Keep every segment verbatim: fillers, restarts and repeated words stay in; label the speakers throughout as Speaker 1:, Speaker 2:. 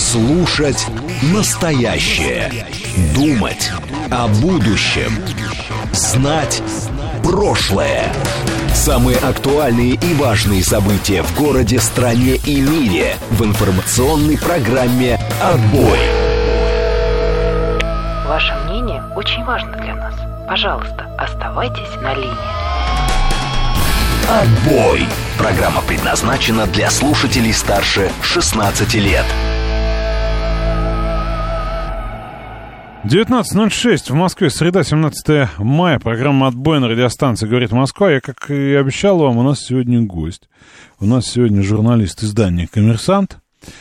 Speaker 1: Слушать настоящее. Думать о будущем. Знать прошлое. Самые актуальные и важные события в городе, стране и мире в информационной программе «Отбой».
Speaker 2: Ваше мнение очень важно для нас. Пожалуйста, оставайтесь на линии.
Speaker 1: «Отбой». Программа предназначена для слушателей старше шестнадцати лет.
Speaker 3: девятнадцать ноль шесть в Москве, среда, семнадцатое мая. Программа «Отбой» на радиостанции «Говорит Москва». Я, как и обещал вам, у нас сегодня гость. У нас сегодня журналист издания «Коммерсант»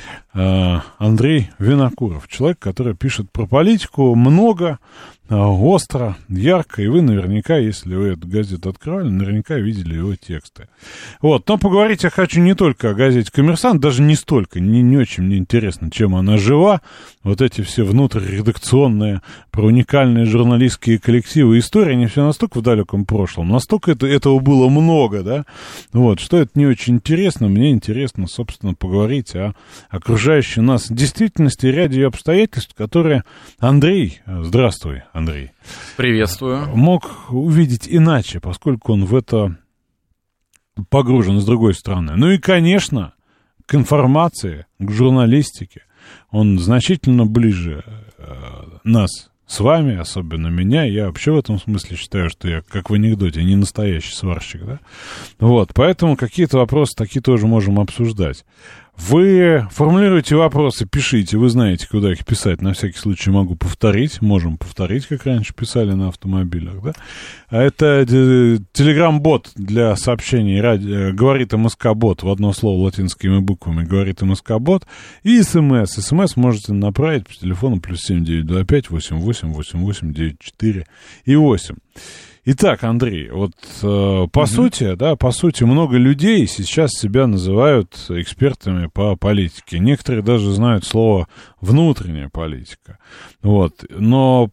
Speaker 3: Андрей Винокуров. Человек, который пишет про политику много, остро, ярко. И вы наверняка, если вы эту газету открывали, наверняка видели его тексты. Вот. Но поговорить я хочу не только о газете «Коммерсант», даже не столько, не, не очень мне интересно, чем она жива. Вот эти все внутриредакционные, про уникальные журналистские коллективы, истории, они все настолько в далеком прошлом, настолько это, этого было много, да, вот, что это не очень интересно. Мне интересно, собственно, поговорить о окружающей нас действительности, ряде обстоятельств, которые Андрей, здравствуй, Андрей.
Speaker 4: Приветствую.
Speaker 3: Мог увидеть иначе, поскольку он в это погружен с другой стороны. Ну и, конечно, к информации, к журналистике он значительно ближе э, нас с вами, особенно меня. Я вообще в этом смысле считаю, что я, как в анекдоте, не настоящий сварщик, да? Вот, поэтому какие-то вопросы такие тоже можем обсуждать. Вы формулируете вопросы, пишите, вы знаете, куда их писать. На всякий случай могу повторить, можем повторить, как раньше писали на автомобилях, да? А это телеграм-бот для сообщений, ради, говорит МСК-бот, в одно слово латинскими буквами, говорит МСК-бот, и СМС. СМС можете направить по телефону плюс семь девять два пять восемь восемь восемь восемь девять четыре и восемь. Итак, Андрей, вот э, по mm-hmm. сути, да, по сути, много людей сейчас себя называют экспертами по политике. Некоторые даже знают слово «внутренняя политика». Вот. Но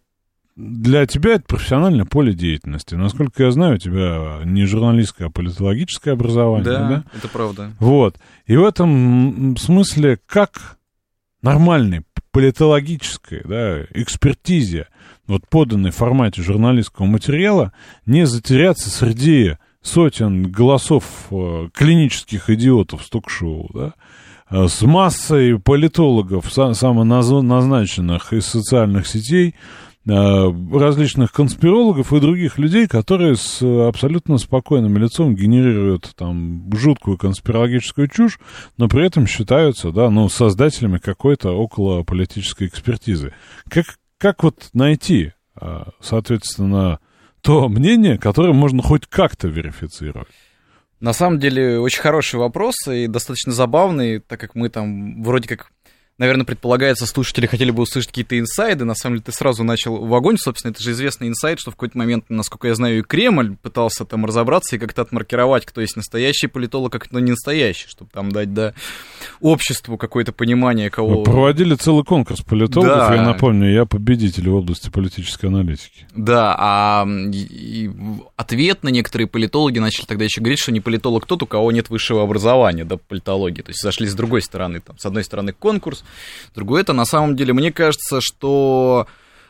Speaker 3: для тебя это профессиональное поле деятельности. Насколько я знаю, у тебя не журналистское, а политологическое образование.
Speaker 4: Да,
Speaker 3: да?
Speaker 4: это правда.
Speaker 3: Вот. И в этом смысле, как нормальной политологической, да, экспертизе, вот поданной в формате журналистского материала, не затеряться среди сотен голосов э, клинических идиотов с ток-шоу, да, э, с массой политологов, сам, самоназначенных из социальных сетей, э, различных конспирологов и других людей, которые с абсолютно спокойным лицом генерируют там жуткую конспирологическую чушь, но при этом считаются, да, ну, создателями какой-то околополитической экспертизы. Как Как вот найти, соответственно, то мнение, которое можно хоть как-то верифицировать?
Speaker 4: На самом деле, очень хороший вопрос и достаточно забавный, так как мы там вроде как, наверное, предполагается, слушатели хотели бы услышать какие-то инсайды. На самом деле, ты сразу начал в огонь. Собственно, это же известный инсайд, что в какой-то момент, насколько я знаю, и Кремль пытался там разобраться и как-то отмаркировать, кто есть настоящий политолог, а кто не настоящий, чтобы там дать, да, обществу какое-то понимание, кого...
Speaker 3: Вы проводили целый конкурс политологов,
Speaker 4: да.
Speaker 3: Я напомню, я победитель в области политической аналитики.
Speaker 4: Да, а и ответ на некоторые политологи начали тогда еще говорить, что не политолог тот, у кого нет высшего образования, да, по политологии. То есть зашли с другой стороны. Там, с одной стороны конкурс, другое это, на самом деле, мне кажется, что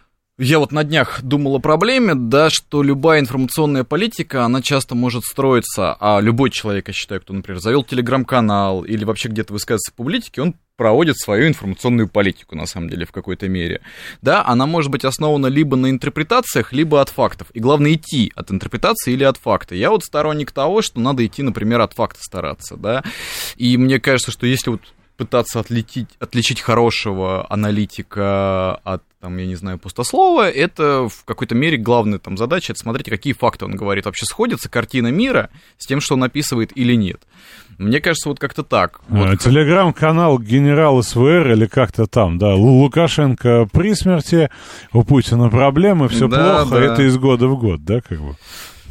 Speaker 4: я вот на днях думал о проблеме, да, что любая информационная политика, она часто может строиться, а любой человек, я считаю, кто, например, завел телеграм-канал или вообще где-то высказывается в политике, он проводит свою информационную политику, на самом деле, в какой-то мере. Да, она может быть основана либо на интерпретациях, либо от фактов. И главное, идти от интерпретации или от факта. Я вот сторонник того, что надо идти, например, от факта стараться, да. И мне кажется, что если вот пытаться отлетить, отличить хорошего аналитика от, там, я не знаю, пустослова, это в какой-то мере главная там задача, это смотреть, какие факты он говорит. Вообще сходится картина мира с тем, что он описывает или нет. Мне кажется, вот как-то так. Вот.
Speaker 3: А, телеграм-канал генерал СВР или как-то там, да, Лукашенко при смерти, у Путина проблемы, все
Speaker 4: да,
Speaker 3: плохо,
Speaker 4: да.
Speaker 3: Это из года в год, да, как бы?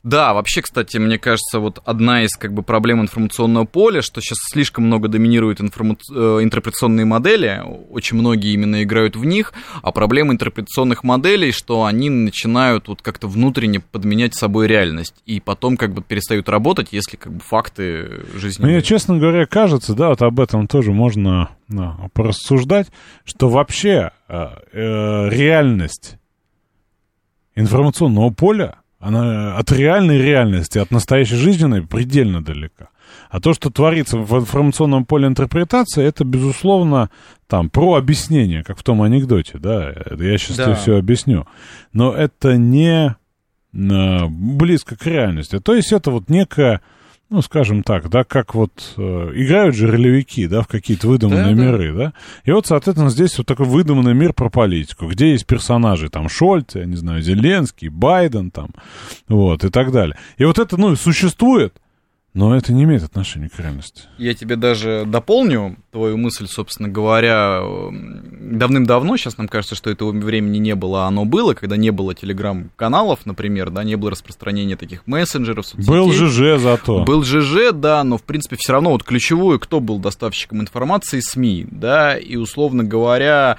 Speaker 4: Да, вообще, кстати, мне кажется, вот одна из как бы проблем информационного поля, что сейчас слишком много доминируют информа... интерпретационные модели, очень многие именно играют в них, а проблема интерпретационных моделей, что они начинают вот как-то внутренне подменять собой реальность, и потом как бы перестают работать, если как бы факты жизни...
Speaker 3: Мне, честно говоря, кажется, да, вот об этом тоже можно да, порассуждать, что вообще э, э, реальность информационного поля, она от реальной реальности, от настоящей жизненной предельно далека. А то, что творится в информационном поле интерпретации, это, безусловно, там, про объяснение, как в том анекдоте, да, я сейчас да. тебе все объясню. Но это не э, близко к реальности. То есть это вот некая, ну, скажем так, да, как вот э, играют же ролевики, да, в какие-то выдуманные да, миры, да. да, и вот, соответственно, здесь вот такой выдуманный мир про политику, где есть персонажи, там, Шольц, я не знаю, Зеленский, Байден, там, вот, и так далее. И вот это, ну, существует, но это не имеет отношения к реальности.
Speaker 4: Я тебе даже дополню твою мысль, собственно говоря, давным-давно, сейчас нам кажется, что этого времени не было, а оно было, когда не было телеграм-каналов, например, да, не было распространения таких мессенджеров, соцсетей.
Speaker 3: Был ЖЖ зато.
Speaker 4: Был ЖЖ, да, но, в принципе, все равно вот ключевое, кто был доставщиком информации, СМИ, да, и, условно говоря,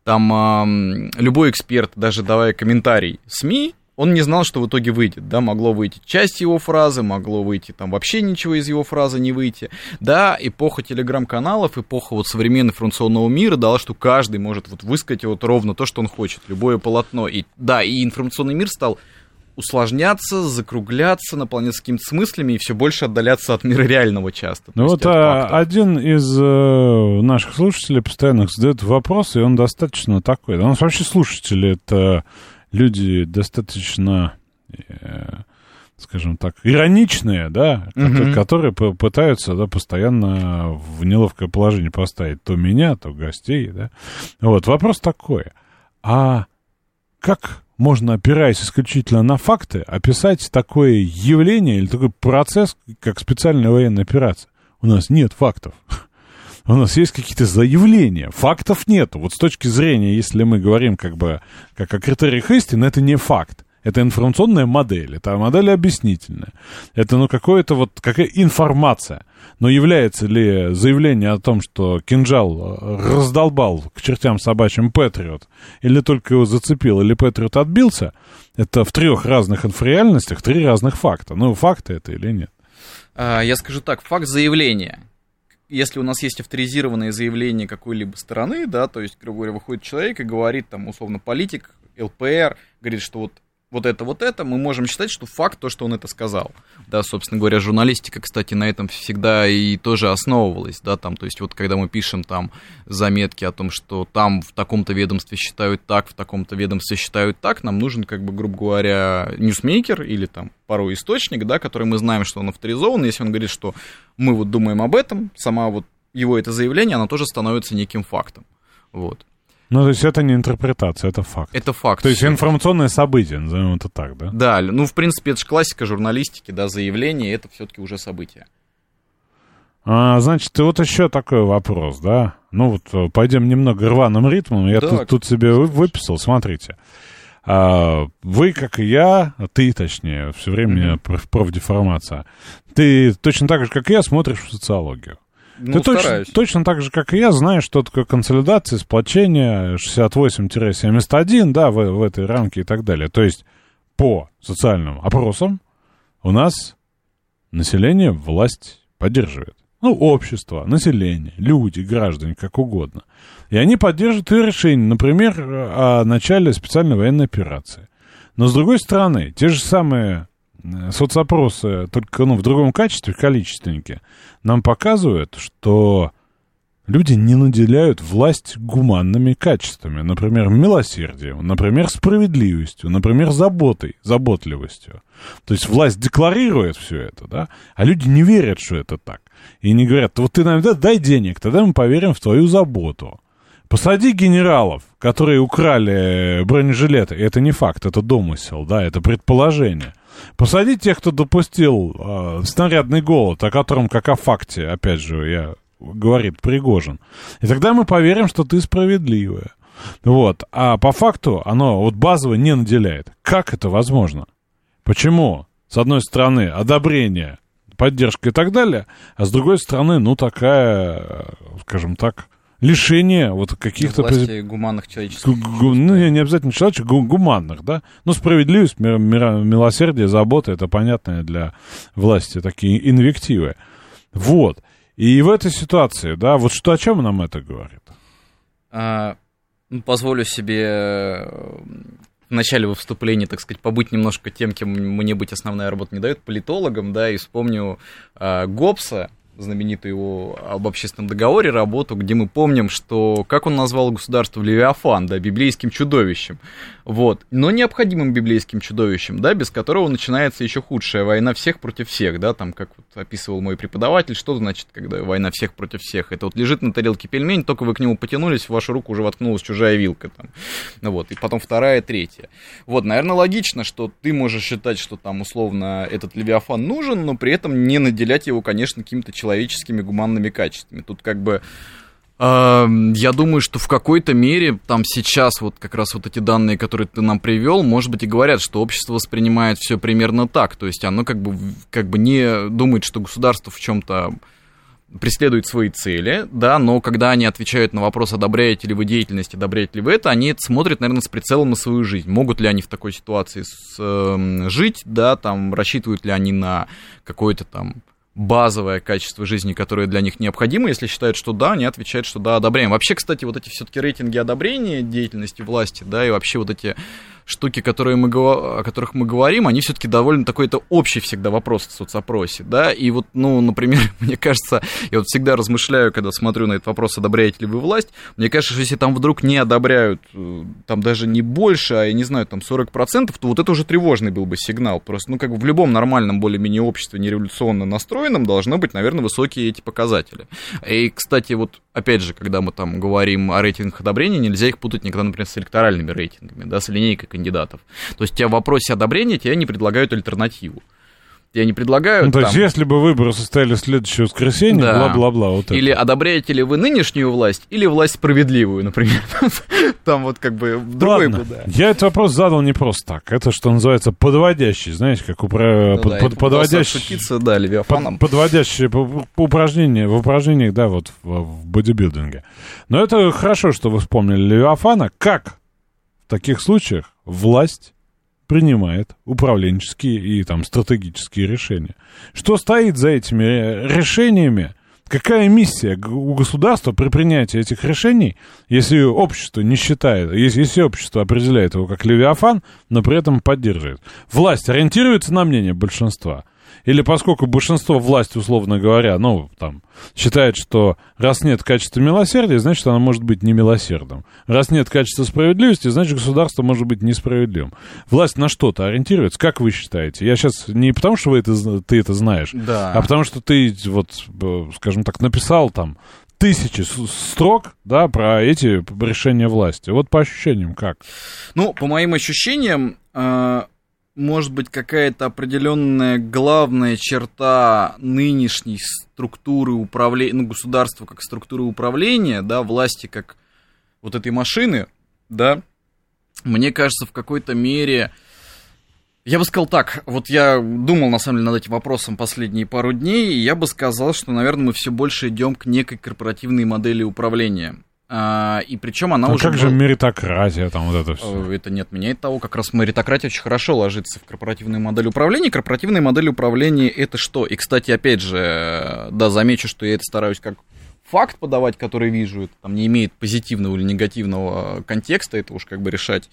Speaker 4: там любой эксперт, даже давая комментарий СМИ, он не знал, что в итоге выйдет, да, могло выйти часть его фразы, могло выйти там вообще ничего из его фразы не выйти, да, эпоха телеграм-каналов, эпоха вот современного информационного мира дала, что каждый может вот высказать вот ровно то, что он хочет, любое полотно, и да, и информационный мир стал усложняться, закругляться, наполняться какими-то смыслями и все больше отдаляться от мира реального часто.
Speaker 3: Ну вот а, один из э, наших слушателей постоянно задает вопрос, и он достаточно такой, да, у нас вообще слушатели это... люди достаточно, э, скажем так, ироничные, да, uh-huh. которые, которые пытаются, да, постоянно в неловкое положение поставить то меня, то гостей, да. Вот, вопрос такой, а как можно, опираясь исключительно на факты, описать такое явление или такой процесс, как специальная военная операция? У нас нет фактов. У нас есть какие-то заявления, фактов нету. Вот с точки зрения, если мы говорим как бы как о критериях истины, это не факт. Это информационная модель, это модель объяснительная. Это, ну, какое-то вот, какая информация. Но является ли заявление о том, что кинжал раздолбал к чертям собачьим Патриот, или только его зацепил, или Патриот отбился, это в трех разных инфореальностях три разных факта. Ну, факты это или нет?
Speaker 4: Я скажу так, факт заявления. Если у нас есть авторизированное заявление какой-либо стороны, да, то есть, грубо говоря, выходит человек и говорит, там, условно, политик, ЛПР, говорит, что вот, вот это, вот это, мы можем считать, что факт то, что он это сказал. Да, собственно говоря, журналистика, кстати, на этом всегда и тоже основывалась, да, там, то есть, вот когда мы пишем там заметки о том, что там в таком-то ведомстве считают так, в таком-то ведомстве считают так, нам нужен, как бы, грубо говоря, ньюсмейкер или там порой источник, да, который мы знаем, что он авторизован, если он говорит, что мы вот думаем об этом, сама вот его это заявление, оно тоже становится неким фактом, вот.
Speaker 3: Ну, то есть это не интерпретация, это факт.
Speaker 4: Это факт.
Speaker 3: То есть информационное событие, назовем это так, да?
Speaker 4: Да, ну, в принципе, это же классика журналистики, да, заявление, это все-таки уже событие.
Speaker 3: А, значит, и вот еще такой вопрос, да? Ну, вот пойдем немного рваным ритмом, я да, тут, тут себе выписал, смотрите. А, вы, как и я, ты, точнее, все время mm-hmm. профдеформация, ты точно так же, как и я, смотришь в социологию.
Speaker 4: Ну,
Speaker 3: ты точно, точно так же, как и я, знаешь, что такое консолидация, сплочение, шестьдесят восемь семьдесят один, да, в, в этой рамке и так далее. То есть по социальным опросам у нас население власть поддерживает. Ну, общество, население, люди, граждане, как угодно. И они поддерживают и решение, например, о начале специальной военной операции. Но, с другой стороны, те же самые соцопросы, только ну, в другом качестве, количественники, нам показывают, что люди не наделяют власть гуманными качествами. Например, милосердием, например, справедливостью, например, заботой, заботливостью. То есть власть декларирует все это, да, а люди не верят, что это так. И не говорят, вот ты нам дай денег, тогда мы поверим в твою заботу. Посади генералов, которые украли бронежилеты, это не факт, это домысел, да, это предположение. Посади тех, кто допустил э, снарядный голод, о котором, как о факте, опять же, я, говорит Пригожин. И тогда мы поверим, что ты справедливая. Вот. А по факту оно вот базово не наделяет. Как это возможно? Почему С одной стороны, одобрение, поддержка и так далее, а с другой стороны, ну, такая, скажем так, лишение вот каких-то...
Speaker 4: Власти гуманных человеческих.
Speaker 3: Гу- ну, не обязательно человеческих, гу- гуманных, да? Ну, справедливость, мир, мир, милосердие, забота, это понятные для власти такие инвективы. Вот. И в этой ситуации, да, вот что, о чем нам это говорит?
Speaker 4: А, ну, позволю себе в начале выступления, так сказать, побыть немножко тем, кем мне быть основная работа не дает, политологом, да, и вспомню а, Гоббса, знаменитую его об общественном договоре работу, где мы помним, что, как он назвал государство, Левиафан, да, библейским чудовищем, вот, но необходимым библейским чудовищем, да, без которого начинается еще худшая война всех против всех, да, там, как вот описывал мой преподаватель, что значит, когда война всех против всех, это вот лежит на тарелке пельмень, только вы к нему потянулись, в вашу руку уже воткнулась чужая вилка, там, ну вот, и потом вторая, третья, вот, наверное, логично, что ты можешь считать, что там, условно, этот Левиафан нужен, но при этом не наделять его, конечно, каким-то человеком, человеческими гуманными качествами. Тут как бы э, я думаю, что в какой-то мере там сейчас вот как раз вот эти данные, которые ты нам привел, может быть, и говорят, что общество воспринимает все примерно так. То есть оно как бы, как бы не думает, что государство в чем-то преследует свои цели, да, но когда они отвечают на вопрос, одобряете ли вы деятельность, одобряете ли вы это, они смотрят, наверное, с прицелом на свою жизнь. Могут ли они в такой ситуации с, э, жить, да, там, рассчитывают ли они на какое-то там базовое качество жизни, которое для них необходимо. Если считают, что да, они отвечают, что да, одобряем. Вообще, кстати, вот эти все-таки рейтинги одобрения деятельности власти, да, и вообще вот эти штуки, которые мы, о которых мы говорим, они все-таки довольно такой, это общий всегда вопрос в соцопросе, да, и вот, ну, например, мне кажется, я вот всегда размышляю, когда смотрю на этот вопрос, одобряете ли вы власть, мне кажется, что если там вдруг не одобряют, там даже не больше, а, я не знаю, там сорок процентов, то вот это уже тревожный был бы сигнал, просто, ну, как бы в любом нормальном более-менее обществе, нереволюционно настроенном, должны быть, наверное, высокие эти показатели. И, кстати, вот, опять же, когда мы там говорим о рейтингах одобрения, нельзя их путать никогда, например, с электоральными рейтингами, да, с линейкой кандидатов. То есть тебя в вопросе одобрения тебе не предлагают альтернативу. Тебе не предлагают...
Speaker 3: Ну, то
Speaker 4: там...
Speaker 3: есть, если бы выборы состоялись в следующее воскресенье, да. бла-бла-бла. Вот
Speaker 4: или
Speaker 3: это.
Speaker 4: Одобряете ли вы нынешнюю власть, или власть справедливую, например. Там вот как бы в другой...
Speaker 3: Ладно, да. Я этот вопрос задал не просто так. Это, что называется, подводящий, знаете, как упра...
Speaker 4: ну,
Speaker 3: под,
Speaker 4: да,
Speaker 3: под, подводящий...
Speaker 4: Шутиться, да, Левиафаном.
Speaker 3: Под, подводящие упражнения, в упражнениях, да, вот в, в бодибилдинге. Но это хорошо, что вы вспомнили Левиафана. Как в таких случаях власть принимает управленческие и там стратегические решения? Что стоит за этими решениями? Какая миссия у государства при принятии этих решений, если общество не считает, если, если общество определяет его как Левиафан, но при этом поддерживает? Власть ориентируется на мнение большинства? Или поскольку большинство власти, условно говоря, ну, там, считает, что раз нет качества милосердия, значит, оно может быть немилосердным. Раз нет качества справедливости, значит, государство может быть несправедливым. Власть на что-то ориентируется? Как вы считаете? Я сейчас не потому, что вы это, ты это знаешь,
Speaker 4: да.
Speaker 3: а потому, что ты, вот, скажем так, написал там тысячи строк, да, про эти решения власти. Вот по ощущениям как?
Speaker 4: Ну, по моим ощущениям... Э- может быть, какая-то определенная главная черта нынешней структуры управления, ну, государства как структуры управления, да, власти как вот этой машины, да, мне кажется, в какой-то мере, я бы сказал так, вот я думал, на самом деле, над этим вопросом последние пару дней, и я бы сказал, что, наверное, мы все больше идем к некой корпоративной модели управления. А, и причем она
Speaker 3: а
Speaker 4: уже...
Speaker 3: как была... же меритократия, там вот это все?
Speaker 4: Это не отменяет того, как раз меритократия очень хорошо ложится в корпоративную модель управления. Корпоративная модель управления — это что? И, кстати, опять же, да, замечу, что я это стараюсь как факт подавать, который вижу, это там не имеет позитивного или негативного контекста, это уж как бы решать,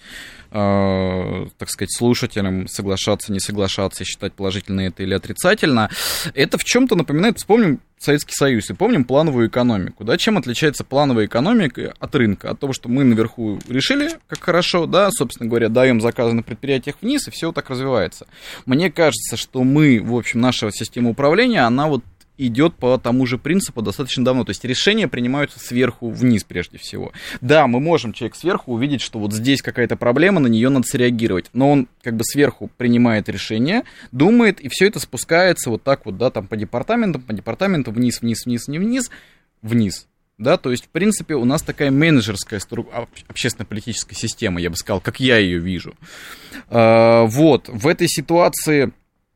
Speaker 4: э, так сказать, слушателям, соглашаться, не соглашаться, считать положительно это или отрицательно. Это в чем-то напоминает, вспомним Советский Союз и помним плановую экономику, да, чем отличается плановая экономика от рынка? От того, что мы наверху решили, как хорошо, да, собственно говоря, даем заказы на предприятиях вниз, и все вот так развивается. Мне кажется, что мы, в общем, наша система управления, она вот идет по тому же принципу достаточно давно. То есть решения принимаются сверху вниз прежде всего. Да, мы можем, человек сверху, увидеть, что вот здесь какая-то проблема, на нее надо среагировать. Но он как бы сверху принимает решение, думает, и все это спускается вот так вот, да, там по департаментам, по департаментам, вниз, вниз, вниз, не вниз, вниз. Да, то есть, в принципе, у нас такая менеджерская стру... общественно-политическая система, я бы сказал, как я ее вижу. А, вот, в этой ситуации...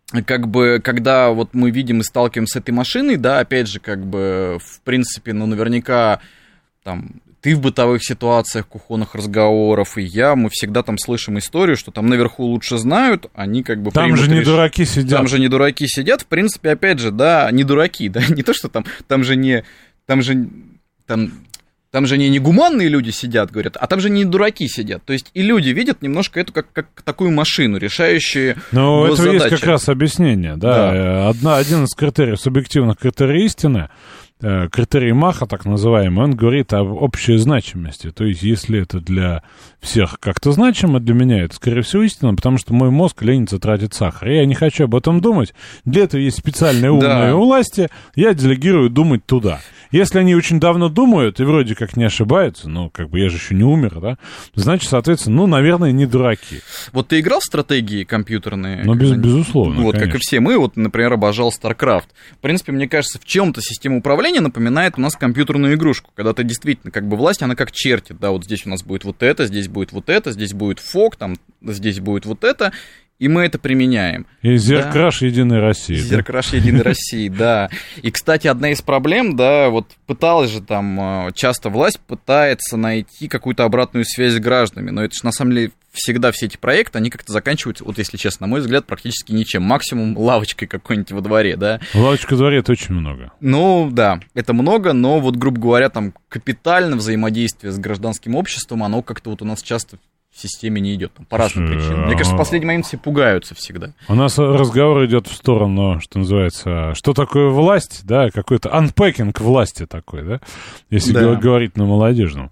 Speaker 4: как бы, когда вот мы видим и сталкиваемся с этой машиной, да, опять же, как бы, в принципе, ну, наверняка, там, ты в бытовых ситуациях, кухонных разговоров, и я, мы всегда там слышим историю, что там наверху лучше знают, они как бы...
Speaker 3: Там же не реш... дураки сидят.
Speaker 4: Там же не дураки сидят, в принципе, опять же, да, не дураки, да, не то, что там, там же не... Там же... Там... Там же не негуманные люди сидят, говорят, а там же не дураки сидят. То есть и люди видят немножко эту как, как такую машину, решающую
Speaker 3: Ну, это
Speaker 4: госзадачи.
Speaker 3: есть как раз объяснение, да. да. Одна, один из критериев, субъективных критерий истины, критерий Маха, так называемый, он говорит об общей значимости. То есть, если это для всех как-то значимо, для меня это, скорее всего, истина, потому что мой мозг ленится тратить сахар. Я не хочу об этом думать. Для этого есть специальные умные да. власти. Я делегирую думать туда. Если они очень давно думают и вроде как не ошибаются, ну, как бы я же еще не умер, да, значит, соответственно, ну, наверное, не дураки.
Speaker 4: Вот ты играл в стратегии компьютерные?
Speaker 3: Ну, без, безусловно,
Speaker 4: Вот,
Speaker 3: конечно.
Speaker 4: как и все мы, вот, например, обожал StarCraft. В принципе, мне кажется, в чем-то система управления напоминает у нас компьютерную игрушку, когда ты действительно, как бы, власть, она как чертит, да, вот здесь у нас будет вот это, здесь будет вот это, здесь будет фок, там, здесь будет вот это, и мы это применяем.
Speaker 3: И Зеркраш да? Единой России.
Speaker 4: Зеркраш да? Единой России, да. И, кстати, одна из проблем, да, вот пыталась же там, часто власть пытается найти какую-то обратную связь с гражданами, но это же на самом деле всегда все эти проекты, они как-то заканчиваются, вот если честно, на мой взгляд, практически ничем. Максимум лавочкой какой-нибудь во дворе, да.
Speaker 3: Лавочка во дворе — это очень много.
Speaker 4: Ну, да, это много, но вот, грубо говоря, там капитально взаимодействие с гражданским обществом, оно как-то вот у нас часто в системе не идет, там, по разным Слушай, причинам. Мне кажется, в последний момент все пугаются всегда.
Speaker 3: У нас разговор идет в сторону, что называется, что такое власть, да, какой-то анпэкинг власти такой, да, если да. говорить на молодежном.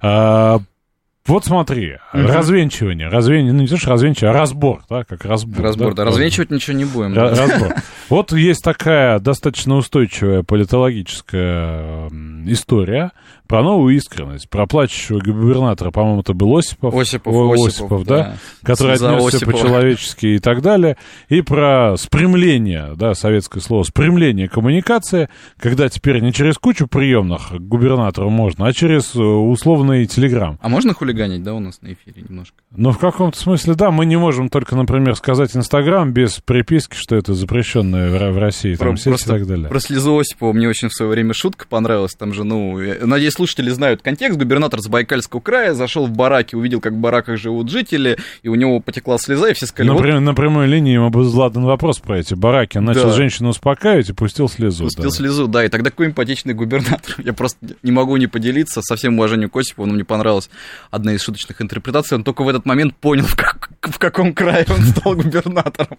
Speaker 3: А, вот смотри, угу. развенчивание, развенчивание, ну не то, что развенчивание, а разбор, да, как разбор.
Speaker 4: Разбор, да, да развенчивать ничего не будем.
Speaker 3: Да. Разбор. Вот есть такая достаточно устойчивая политологическая история про новую искренность, про плачущего губернатора, по-моему, это был Осипов.
Speaker 4: Осипов,
Speaker 3: О,
Speaker 4: Осипов,
Speaker 3: Осипов да,
Speaker 4: да.
Speaker 3: который
Speaker 4: За
Speaker 3: отнесся
Speaker 4: Осипова.
Speaker 3: по-человечески и так далее. И про спрямление, да, советское слово, спрямление коммуникации, когда теперь не через кучу приемных к губернатору можно, а через условный телеграм.
Speaker 4: А можно хулиганить, да, у нас на эфире немножко?
Speaker 3: Ну, в каком-то смысле, да, мы не можем только, например, сказать Инстаграм без приписки, что это запрещенное в России, там, сеть и так далее.
Speaker 4: Про слезу Осипова мне очень в свое время шутка понравилась, там же, ну, я надеюсь, слушатели знают контекст. Губернатор Забайкальского края зашел в бараки, увидел, как в бараках живут жители, и у него потекла слеза, и все сказали...
Speaker 3: На,
Speaker 4: вот...
Speaker 3: прям, на прямой линии ему был задан вопрос про эти бараки. Он начал да. женщину успокаивать и пустил слезу.
Speaker 4: Пустил
Speaker 3: да.
Speaker 4: слезу, да, и тогда какой эмпатичный губернатор. Я просто не могу не поделиться, со всем уважением к Осипову, но мне понравилась одна из шуточных интерпретаций. Он только в этот момент понял, в, как, в каком крае он стал губернатором.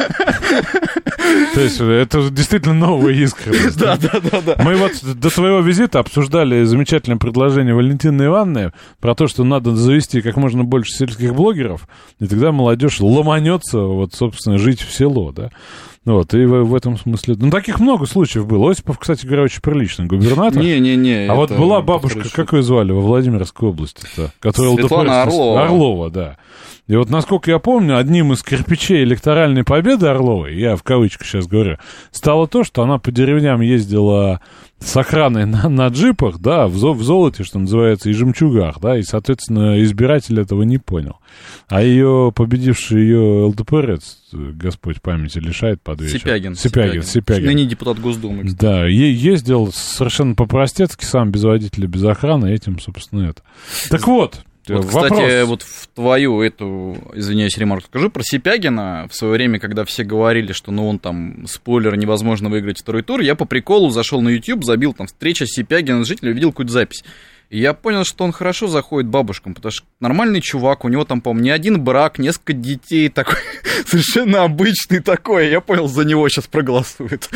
Speaker 3: То есть это действительно новая искренность.
Speaker 4: Да, да, да, да.
Speaker 3: Мы вот до твоего визита обсуждали замечательное предложение Валентины Ивановны про то, что надо завести как можно больше сельских блогеров, и тогда молодежь ломанется, вот, собственно, жить в село, да. Вот, и в, в этом смысле... Ну, таких много случаев было. Осипов, кстати говоря, очень приличный губернатор.
Speaker 4: Не-не-не.
Speaker 3: А вот была бабушка, как ее звали, во Владимирской области-то? Которая
Speaker 4: Светлана Орлова.
Speaker 3: Орлова, да. И вот, насколько я помню, одним из кирпичей электоральной победы Орловой, я в кавычках сейчас говорю, стало то, что она по деревням ездила с охраной на, на джипах, да, в, зо, в золоте, что называется, и жемчугах, да, и, соответственно, избиратель этого не понял. А ее, победивший ее ЛДПРец, Господь памяти лишает под вечер.
Speaker 4: Сипягин.
Speaker 3: Сипягин, Сипягин.
Speaker 4: Ныне депутат Госдумы. Кстати.
Speaker 3: Да, е- ездил совершенно по-простецки, сам без водителя, без охраны, этим, собственно, это. Так вот,
Speaker 4: Вот,
Speaker 3: вопрос.
Speaker 4: Кстати, вот в твою эту, извиняюсь, ремарку скажу про Сипягина. В свое время, когда все говорили, что ну он там, спойлер, невозможно выиграть второй тур, я по приколу зашел на YouTube, забил там встреча Сипягина с жителями, увидел какую-то запись. И я понял, что он хорошо заходит бабушкам, потому что нормальный чувак, у него там, по-моему, не один брак, несколько детей, такой, совершенно обычный такой. Я понял, за него сейчас проголосуют.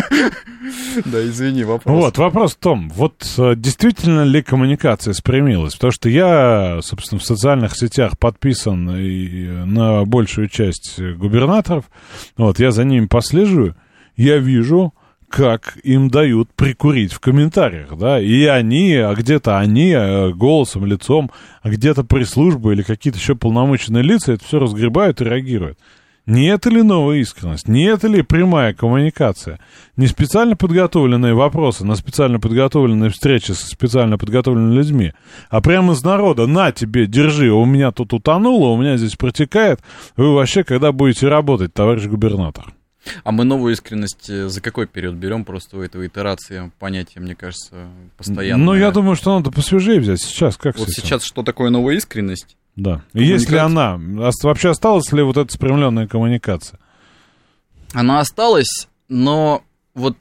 Speaker 4: Да, извини, вопрос.
Speaker 3: Вот, вопрос в том, вот действительно ли коммуникация спрямилась? Потому что я, собственно, в социальных сетях подписан на большую часть губернаторов, вот, я за ними послежу, я вижу... как им дают прикурить в комментариях, да, и они, а где-то они голосом, лицом, а где-то пресс-служба или какие-то еще полномоченные лица это все разгребают и реагируют. Не это ли новая искренность? Не это ли прямая коммуникация? Не специально подготовленные вопросы на специально подготовленные встречи со специально подготовленными людьми, а прямо из народа: на тебе, держи, у меня тут утонуло, у меня здесь протекает, вы вообще когда будете работать, товарищ губернатор?
Speaker 4: А мы новую искренность за какой период берем? Просто у этого итерации понятия, мне кажется, постоянно.
Speaker 3: Ну, я думаю, что надо посвежее взять. Сейчас как
Speaker 4: Вот сейчас что такое новая искренность?
Speaker 3: Да. И есть ли она? Вообще осталась ли вот эта спрямленная коммуникация?
Speaker 4: Она осталась, но вот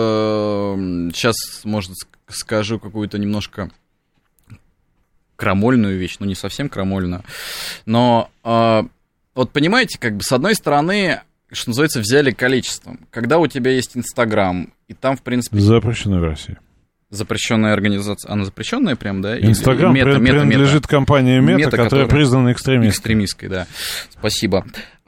Speaker 4: э, сейчас, может, скажу какую-то немножко крамольную вещь, ну, не совсем крамольную, но э, вот понимаете, как бы с одной стороны, что называется, взяли количеством. Когда у тебя есть Инстаграм, и там, в принципе...
Speaker 3: Запрещено в России.
Speaker 4: Запрещенная организация. Она запрещенная прям, да?
Speaker 3: Инстаграм мета, принадлежит мета. компании Мета, мета которая, которая признана экстремистской.
Speaker 4: Экстремистской, да. Спасибо.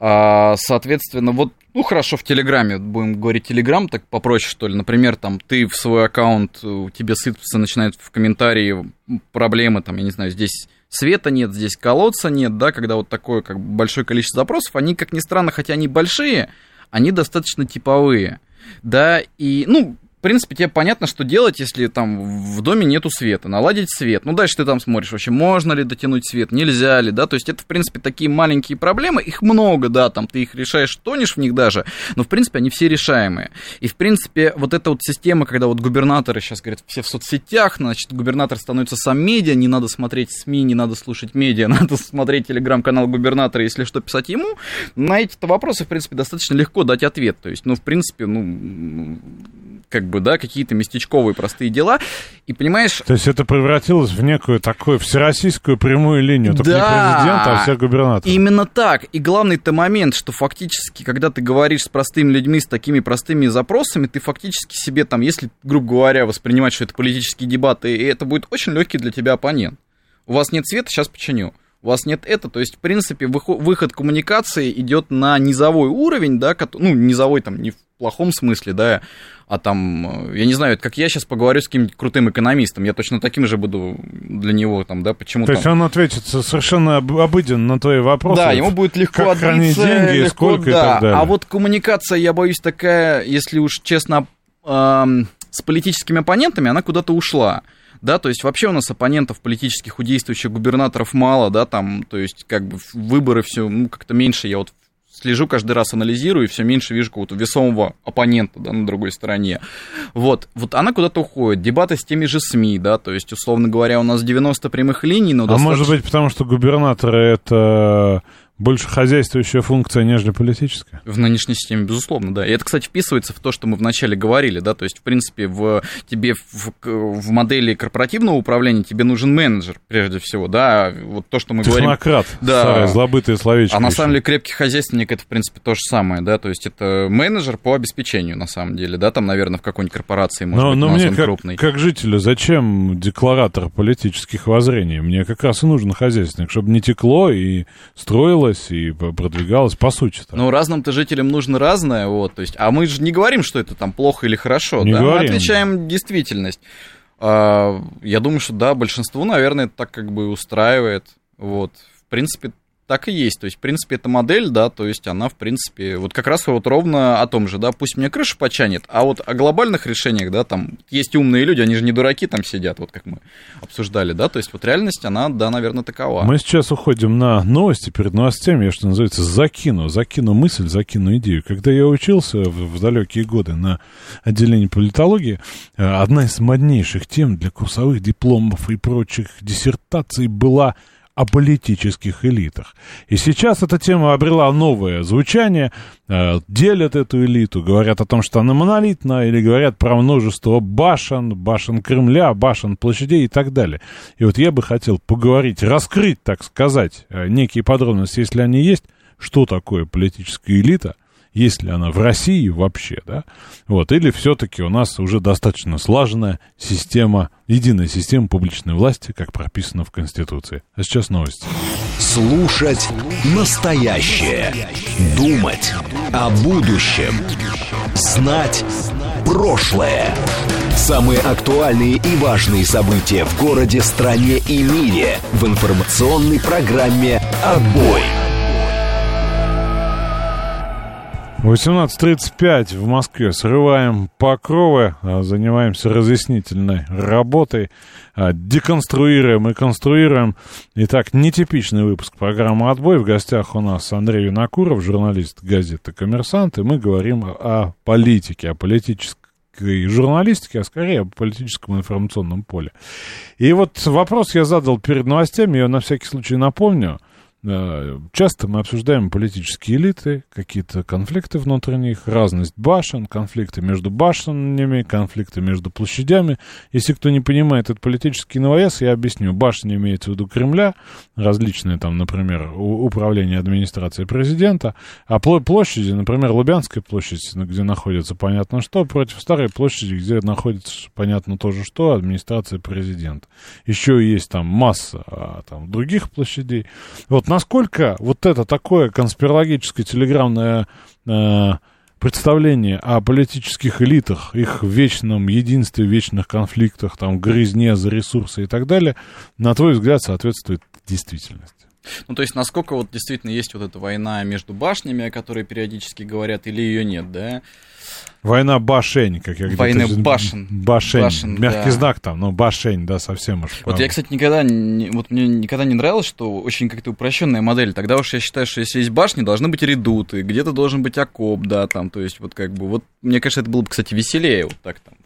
Speaker 4: А, соответственно, вот, ну, хорошо, в Телеграме, будем говорить Телеграм, так попроще, что ли. Например, там, ты в свой аккаунт, тебе сыпаться начинают в комментарии проблемы, там, я не знаю, здесь света нет, здесь колодца нет, да, когда вот такое, как бы, большое количество запросов, они, как ни странно, хотя они большие, они достаточно типовые, да, и, ну, в принципе, тебе понятно, что делать, если там в доме нету света, наладить свет. Ну, дальше ты там смотришь, вообще можно ли дотянуть свет, нельзя ли, да, то есть это, в принципе, такие маленькие проблемы, их много, да, там ты их решаешь, тонешь в них даже, но, в принципе, они все решаемые. И, в принципе, вот эта вот система, когда вот губернаторы сейчас говорят, все в соцсетях, значит, губернатор становится сам медиа, не надо смотреть СМИ, не надо слушать медиа, надо смотреть телеграм-канал губернатора, если что, писать ему, на эти-то вопросы, в принципе, достаточно легко дать ответ, то есть, ну, в принципе, ну... как бы, да, какие-то местечковые простые дела, и понимаешь...
Speaker 3: То есть это превратилось в некую такую всероссийскую прямую линию, только да, не президента, а всех губернаторов.
Speaker 4: Именно так, и главный-то момент, что фактически, когда ты говоришь с простыми людьми, с такими простыми запросами, ты фактически себе там, если, грубо говоря, воспринимать, что это политические дебаты, и это будет очень легкий для тебя оппонент. У вас нет света, сейчас починю. У вас нет это, то есть, в принципе, выход коммуникации идет на низовой уровень, да, ну, низовой там не в плохом смысле, да, а там, я не знаю, как я сейчас поговорю с каким-нибудь крутым экономистом, я точно таким же буду для него, там, да, почему
Speaker 3: То
Speaker 4: там...
Speaker 3: есть он ответит совершенно обыденно на твои вопросы.
Speaker 4: Да, ему будет легко
Speaker 3: как хранить деньги, легко, сколько да. и так далее.
Speaker 4: А вот коммуникация, я боюсь, такая, если уж честно, э, с политическими оппонентами, она куда-то ушла. Да, то есть вообще у нас оппонентов политических у действующих губернаторов мало, да, там, то есть как бы выборы все, ну, как-то меньше, я вот слежу каждый раз, анализирую, и все меньше вижу какого-то весомого оппонента, да, на другой стороне. Вот, вот она куда-то уходит, дебаты с теми же СМИ, да, то есть, условно говоря, у нас девяносто прямых линий, но
Speaker 3: А
Speaker 4: достаточно...
Speaker 3: может быть, потому что губернаторы — это... больше хозяйствующая функция, нежели политическая?
Speaker 4: В нынешней системе, безусловно, да. И это, кстати, вписывается в то, что мы вначале говорили, да, то есть, в принципе, в тебе в, в модели корпоративного управления тебе нужен менеджер, прежде всего, да, вот то, что мы
Speaker 3: Технократ,
Speaker 4: говорим...
Speaker 3: да, старое злобытое словечко.
Speaker 4: А на самом деле крепкий хозяйственник — это, в принципе, то же самое, да, то есть, это менеджер по обеспечению, на самом деле, да, там, наверное, в какой-нибудь корпорации, может но, быть,
Speaker 3: но
Speaker 4: назван
Speaker 3: мне
Speaker 4: крупный.
Speaker 3: Как, как жителю, зачем декларатор политических воззрений? Мне как раз и нужен хозяйственник, чтобы не текло и строилось, и продвигалось, по сути-то.
Speaker 4: Ну, разным-то жителям нужно разное, вот, то есть, а мы же не говорим, что это там плохо или хорошо,
Speaker 3: не
Speaker 4: да,
Speaker 3: говорим.
Speaker 4: Мы отвечаем действительность. А, я думаю, что да, большинству, наверное, это так как бы устраивает, вот, в принципе, так и есть, то есть, в принципе, эта модель, да, то есть, она, в принципе, вот как раз вот ровно о том же, да, пусть мне крышу почанит, а вот о глобальных решениях, да, там, есть умные люди, они же не дураки там сидят, вот как мы обсуждали, да, то есть, вот реальность, она, да, наверное, такова.
Speaker 3: Мы сейчас уходим на новости, перед новостями я, что называется, закину, закину мысль, закину идею. Когда я учился в, в далекие годы на отделении политологии, одна из моднейших тем для курсовых дипломов и прочих диссертаций была о политических элитах. И сейчас эта тема обрела новое звучание, э, делят эту элиту, говорят о том, что она монолитна, или говорят про множество башен, башен Кремля, башен площадей и так далее. И вот я бы хотел поговорить, раскрыть, так сказать, некие подробности, если они есть, что такое политическая элита, есть ли она в России вообще, да, вот, или все-таки у нас уже достаточно слаженная система, единая система публичной власти, как прописано в Конституции. А сейчас новости.
Speaker 1: Слушать настоящее. Думать о будущем. Знать прошлое. Самые актуальные и важные события в городе, стране и мире в информационной программе «Отбой».
Speaker 3: восемнадцать тридцать пять в Москве. Срываем покровы, занимаемся разъяснительной работой, деконструируем и конструируем. Итак, нетипичный выпуск программы «Отбой». В гостях у нас Андрей Винокуров, журналист газеты «Коммерсант», и мы говорим о политике, о политической журналистике, а скорее о политическом информационном поле. И вот вопрос я задал перед новостями, я на всякий случай напомню. Часто мы обсуждаем политические элиты, какие-то конфликты внутренние, разность башен, конфликты между башнями, конфликты между площадями. Если кто не понимает этот политический новояз, я объясню. Башня имеется в виду Кремля, различные там, например, управление администрации президента, а площади, например, Лубянская площадь, где находится понятно что, против Старой площади, где находится понятно тоже что, администрация президента. Еще есть там масса а, там, других площадей. Вот насколько вот это такое конспирологическое телеграммное э, представление о политических элитах, их вечном единстве, вечных конфликтах, там, грызне за ресурсы и так далее, на твой взгляд, соответствует действительности?
Speaker 4: Ну, то есть, насколько вот действительно есть вот эта война между башнями, о которой периодически говорят, или ее нет, да?
Speaker 3: Война башень, как я говорю.
Speaker 4: Войны башен.
Speaker 3: Башень.
Speaker 4: Башен,
Speaker 3: Мягкий
Speaker 4: да.
Speaker 3: знак там, но башень, да, совсем уж.
Speaker 4: Вот
Speaker 3: правда.
Speaker 4: я, кстати, никогда не, вот мне никогда не нравилось, что очень как-то упрощенная модель. Тогда уж я считаю, что если есть башни, должны быть редуты, где-то должен быть окоп, да, там, то есть вот как бы, вот мне кажется, это было бы, кстати, веселее вот так там.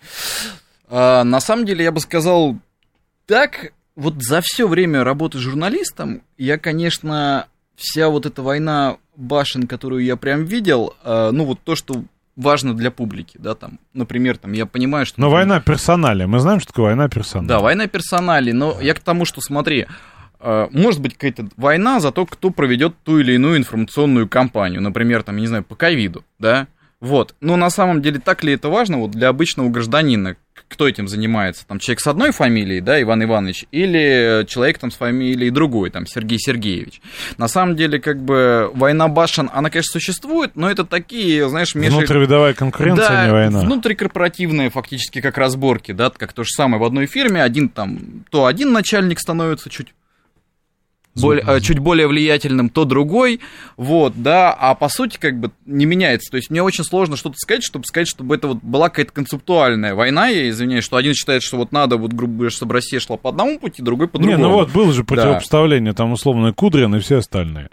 Speaker 4: А, на самом деле, я бы сказал, так, вот за все время работы журналистом я, конечно, вся вот эта война башен, которую я прям видел, а, ну вот то, что важно для публики, да, там, например, там, я понимаю, что...
Speaker 3: Но
Speaker 4: там,
Speaker 3: война персоналия, мы знаем, что такое война персоналия.
Speaker 4: Да, война персоналия, но я к тому, что, смотри, может быть какая-то война за то, кто проведет ту или иную информационную кампанию, например, там, я не знаю, по ковиду, да, вот, но на самом деле так ли это важно вот для обычного гражданина, кто этим занимается, там, человек с одной фамилией, да, Иван Иванович, или человек там с фамилией другой, там, Сергей Сергеевич. На самом деле, как бы, война башен, она, конечно, существует, но это такие, знаешь, между...
Speaker 3: Внутривидовая конкуренция,
Speaker 4: да,
Speaker 3: не война.
Speaker 4: Внутрикорпоративные, фактически, как разборки, да, как то же самое в одной фирме, один там, то один начальник становится чуть... Более, чуть более влиятельным, то другой, вот, да, а по сути, как бы, не меняется, то есть мне очень сложно что-то сказать, чтобы сказать, чтобы это вот была какая-то концептуальная война, я извиняюсь, что один считает, что вот надо, вот, грубо говоря, чтобы Россия шла по одному пути, другой по другому.
Speaker 3: Не, ну вот, было же противопоставление,
Speaker 4: да.
Speaker 3: Там, условно, Кудрин и все остальные.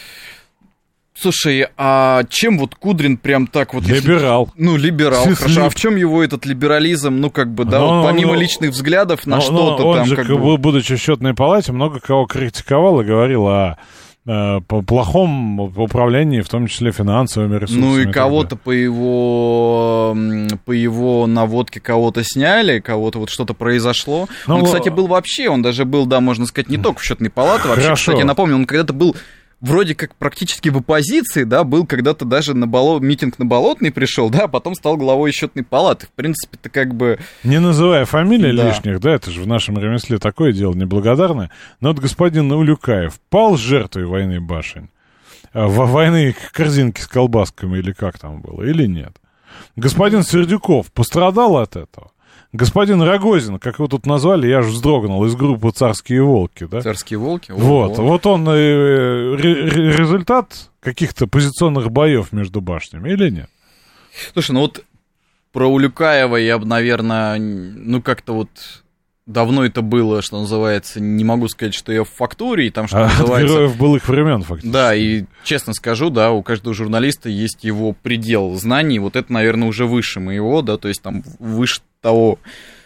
Speaker 4: Слушай, а чем вот Кудрин прям так вот...
Speaker 3: Либерал.
Speaker 4: Если, ну, либерал, хорошо. А в чем его этот либерализм, ну, как бы, да,
Speaker 3: но,
Speaker 4: вот помимо
Speaker 3: но,
Speaker 4: личных взглядов на
Speaker 3: но,
Speaker 4: что-то
Speaker 3: но он
Speaker 4: там,
Speaker 3: же,
Speaker 4: как бы...
Speaker 3: будучи в счетной палате, много кого критиковал и говорил о э, плохом управлении, в том числе финансовыми ресурсами.
Speaker 4: Ну, и кого-то по его, по его наводке кого-то сняли, кого-то вот что-то произошло. Но... Он, кстати, был вообще, он даже был, да, можно сказать, не только в счетной палате, вообще,
Speaker 3: Хорошо.
Speaker 4: Кстати, я напомню, он когда-то был... Вроде как практически в оппозиции, да, был когда-то даже на боло... митинг на Болотной пришел, да, а потом стал главой счетной палаты. В принципе, это как бы... Не
Speaker 3: называя фамилий
Speaker 4: да.
Speaker 3: лишних, да, это же в нашем ремесле такое дело неблагодарное. Но вот господин Улюкаев пал жертвой войны башень, во войны корзинки с колбасками или как там было, или нет? Господин Сердюков пострадал от этого? Господин Рогозин, как его тут назвали, я же вздрогнул, из группы «Царские волки», да?
Speaker 4: «Царские волки»?
Speaker 3: Вот, вот он э, результат каких-то позиционных боев между башнями или нет?
Speaker 4: Слушай, ну вот про Улюкаева я бы, наверное, ну как-то вот давно это было, что называется, не могу сказать, что я в фактуре, и там, что
Speaker 3: а
Speaker 4: называется...
Speaker 3: От героев былых времен, фактически.
Speaker 4: Да, и честно скажу, да, у каждого журналиста есть его предел знаний, вот это, наверное, уже выше моего, да, то есть там выше того,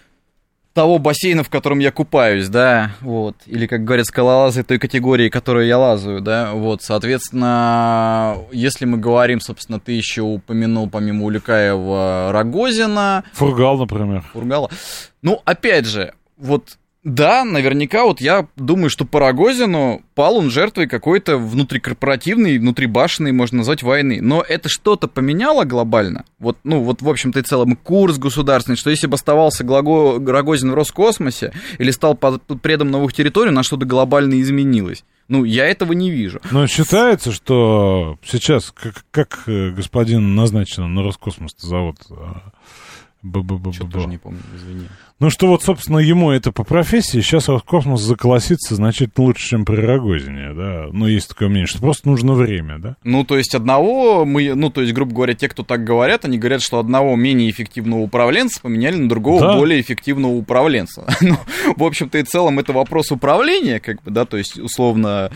Speaker 4: того бассейна, в котором я купаюсь, да, вот, или, как говорят скалолазы, той категории, которой я лазаю, да, вот, соответственно, если мы говорим, собственно, ты еще упомянул, помимо Улюкаева, Рогозина.
Speaker 3: Фургал, например.
Speaker 4: Фургала. Ну, опять же, вот... Да, наверняка, вот я думаю, что по Рогозину пал он жертвой какой-то внутрикорпоративной, внутрибашенной, можно назвать, войны. Но это что-то поменяло глобально? Вот, ну, вот, в общем-то и целом, курс государственный, что если бы оставался Глаго... Рогозин в Роскосмосе или стал под предом новых территорий, на что-то глобально изменилось. Ну, я этого не вижу.
Speaker 3: Но считается, что сейчас, как, как господин назначен на Роскосмос завод... Б-б-б-б-б.
Speaker 4: Что-то тоже не помню, извини.
Speaker 3: Ну, что вот, собственно, ему это по профессии, сейчас Роскосмос заколосится значительно лучше, чем при Рогозине, да? Ну, есть такое мнение, что просто нужно время, да?
Speaker 4: Ну, то есть одного, мы, ну, то есть, грубо говоря, те, кто так говорят, они говорят, что одного менее эффективного управленца поменяли на другого
Speaker 3: да.
Speaker 4: более эффективного управленца. Ну, в общем-то и целом, это вопрос управления, как бы, да, то есть, условно...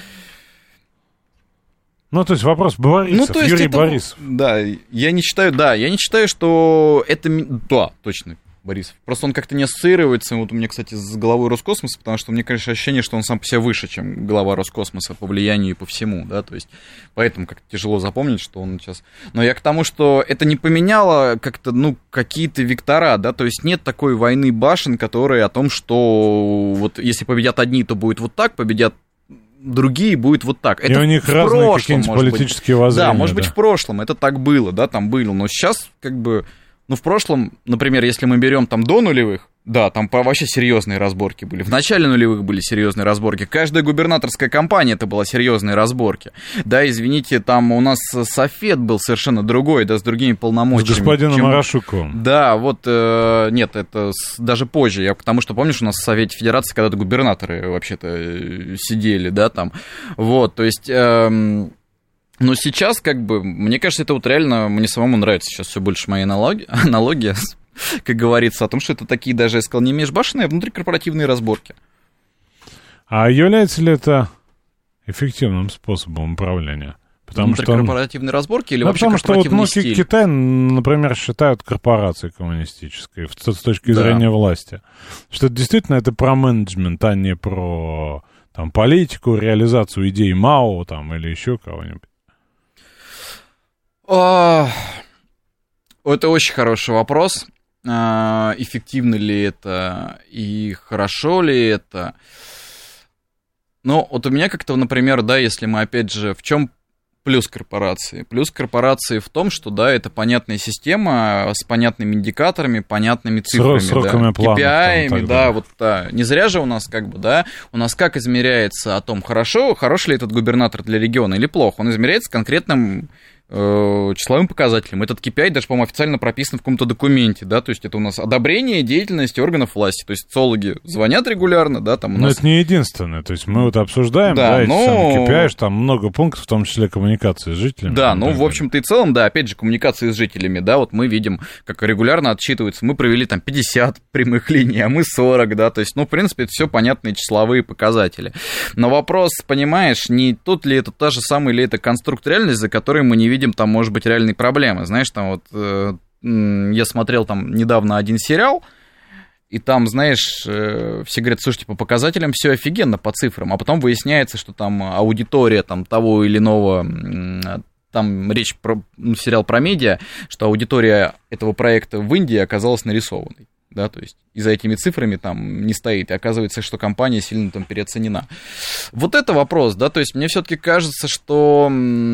Speaker 3: Ну, то есть вопрос Борисов,
Speaker 4: ну, то есть
Speaker 3: Юрий
Speaker 4: это,
Speaker 3: Борисов.
Speaker 4: Да, я не считаю, да, я не считаю, что это... Да, точно, Борисов. Просто он как-то не ассоциируется, вот у меня, кстати, с главой Роскосмоса, потому что у меня, конечно, ощущение, что он сам по себе выше, чем глава Роскосмоса по влиянию и по всему, да, то есть поэтому как-то тяжело запомнить, что он сейчас... Но я к тому, что это не поменяло как-то, ну, какие-то вектора, да, то есть нет такой войны башен, которая о том, что вот если победят одни, то будет вот так, победят другие будет вот так. Это
Speaker 3: и у них разные какие-нибудь политические воззрения.
Speaker 4: Да, может быть, да. в прошлом это так было, да, там было, но сейчас как бы, ну, в прошлом, например, если мы берем там до нулевых, да, там вообще серьезные разборки были. В начале нулевых были серьезные разборки. Каждая губернаторская кампания это была серьезные разборки. Да, извините, там у нас софет был совершенно другой, да, с другими полномочиями.
Speaker 3: С господином
Speaker 4: чем...
Speaker 3: Арашуком.
Speaker 4: Да, вот, э, нет, это с, даже позже. Я потому что, помнишь, у нас в Совете Федерации когда-то губернаторы вообще-то сидели, да, там. Вот, то есть... Э, но сейчас, как бы, мне кажется, это вот реально мне самому нравится сейчас все больше моя аналогия, аналогия как говорится, о том, что это такие даже, я сказал, не межбашенные, а внутрикорпоративные разборки.
Speaker 3: А является ли это эффективным способом управления? Потому
Speaker 4: внутрикорпоративные что он... разборки или
Speaker 3: ну,
Speaker 4: вообще
Speaker 3: потому
Speaker 4: корпоративный
Speaker 3: что вот, ну,
Speaker 4: стиль?
Speaker 3: Китай, например, считают корпорацией коммунистической с точки
Speaker 4: да.
Speaker 3: зрения власти. Что действительно это про менеджмент, а не про там, политику, реализацию идей Мао там, или еще кого-нибудь.
Speaker 4: Это очень хороший вопрос. Эффективно ли это и хорошо ли это? Ну, вот у меня как-то, например, да, если мы, опять же, в чем плюс корпорации? Плюс корпорации в том, что, да, это понятная система с понятными индикаторами, понятными цифрами,
Speaker 3: сроками
Speaker 4: да,
Speaker 3: планов,
Speaker 4: кей пи ай,
Speaker 3: там,
Speaker 4: да, вот, да. Не зря же у нас, как бы, да, у нас как измеряется о том, хорошо, хорош ли этот губернатор для региона или плохо? Он измеряется конкретным числовым показателем. Этот кей пи ай даже, по-моему, официально прописан в каком-то документе, да, то есть это у нас одобрение деятельности органов власти, то есть социологи звонят регулярно, да, там у нас...
Speaker 3: Но это не единственное, то есть мы вот обсуждаем,
Speaker 4: да,
Speaker 3: да,
Speaker 4: но...
Speaker 3: эти самые кей пи ай, там много пунктов, в том числе коммуникации с жителями.
Speaker 4: Да, ну, в общем-то и целом, да, опять же, коммуникации с жителями, да, вот мы видим, как регулярно отчитываются, мы провели там пятьдесят прямых линий, а мы сорок, да, то есть, ну, в принципе, это все понятные числовые показатели. Но вопрос, понимаешь, не тот ли это та же самая, или это конструкт реальности, за которой мы не видим там, может быть, реальные проблемы. Знаешь, там вот э, я смотрел там недавно один сериал, и там, знаешь, э, все говорят, слушайте, по показателям все офигенно, по цифрам, а потом выясняется, что там аудитория там, того или иного, э, там речь про ну, сериал про медиа, что аудитория этого проекта в Индии оказалась нарисованной. Да, то есть и за этими цифрами там не стоит, и оказывается, что компания сильно там переоценена. Вот это вопрос, да, то есть мне все-таки кажется, что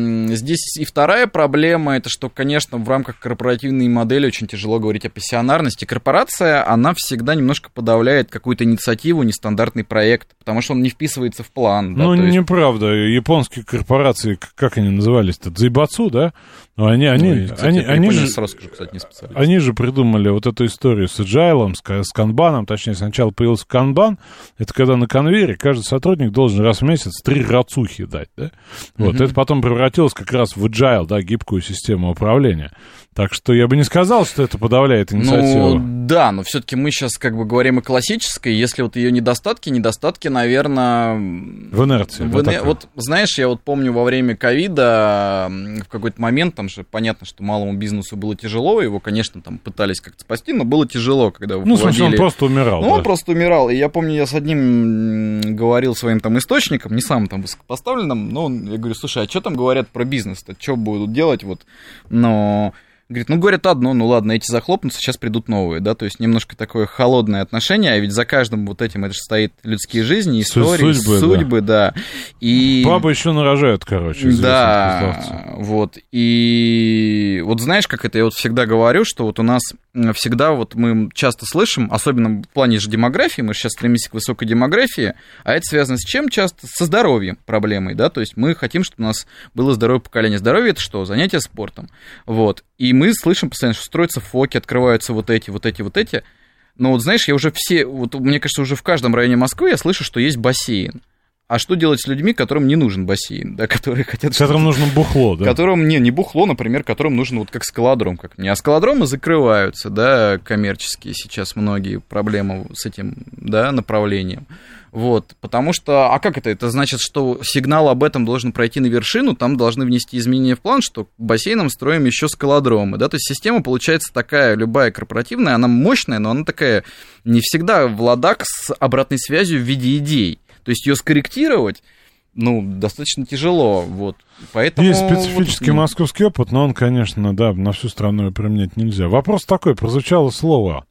Speaker 4: здесь и вторая проблема, это что, конечно, в рамках корпоративной модели очень тяжело говорить о пассионарности. Корпорация, она всегда немножко подавляет какую-то инициативу, нестандартный проект, потому что он не вписывается в план. Да,
Speaker 3: ну,
Speaker 4: есть...
Speaker 3: неправда, японские корпорации, как они назывались-то, Дзайбацу, да? Но они, они,
Speaker 4: ну, кстати,
Speaker 3: они, они, же,
Speaker 4: сразу скажу, кстати, не специалист.
Speaker 3: Они же придумали вот эту историю с agile, с, с канбаном, точнее, сначала появился канбан, это когда на конвейере каждый сотрудник должен раз в месяц три рацухи дать, да? Вот, mm-hmm. это потом превратилось как раз в agile, да, гибкую систему управления. Так что я бы не сказал, что это подавляет инициативу.
Speaker 4: Ну, да, но все-таки мы сейчас как бы говорим о классической, если вот ее недостатки, недостатки, наверное...
Speaker 3: В инерции.
Speaker 4: В ин... Вот, знаешь, я вот помню во время ковида в какой-то момент, там же понятно, что малому бизнесу было тяжело, его, конечно, там пытались как-то спасти, но было тяжело, когда
Speaker 3: Ну, в смысле, он просто умирал.
Speaker 4: Ну,
Speaker 3: да?
Speaker 4: он просто умирал, и я помню, я с одним говорил своим там источником, не самым там высокопоставленным, но он, я говорю, слушай, а что там говорят про бизнес-то, что будут делать, вот, но... Говорит, ну, говорят одно, ну, ладно, эти захлопнутся, сейчас придут новые, да, то есть немножко такое холодное отношение, а ведь за каждым вот этим это же стоит людские жизни, истории, судьбы, судьбы да. да. И...
Speaker 3: Бабы еще нарожают, короче.
Speaker 4: Да, вот, и вот знаешь, как это, я вот всегда говорю, что вот у нас всегда вот мы часто слышим, особенно в плане же демографии, мы сейчас стремимся к высокой демографии, а это связано с чем часто? Со здоровьем проблемой, да, то есть мы хотим, чтобы у нас было здоровое поколение. Здоровье — это что? Занятие спортом, вот. И мы слышим постоянно, что строятся ФОКи, открываются вот эти, вот эти, вот эти. Но вот знаешь, я уже все, вот мне кажется, уже в каждом районе Москвы я слышу, что есть бассейн. А что делать с людьми, которым не нужен бассейн, да, которые хотят...
Speaker 3: Которым нужно бухло, да?
Speaker 4: Которым, не, не бухло, например, которым нужен вот как скалодром, как мне. А скалодромы закрываются, да, коммерческие сейчас многие проблемы с этим, да, направлением. Вот, потому что, а как это? Это значит, что сигнал об этом должен пройти на вершину, там должны внести изменения в план, что к бассейнам строим еще скалодромы, да, то есть система получается такая, любая корпоративная, она мощная, но она такая не всегда в ладах с обратной связью в виде идей. То есть ее скорректировать, ну, достаточно тяжело, вот, поэтому...
Speaker 3: Есть специфический
Speaker 4: вот...
Speaker 3: московский опыт, но он, конечно, да, на всю страну его применять нельзя. Вопрос такой, прозвучало слово,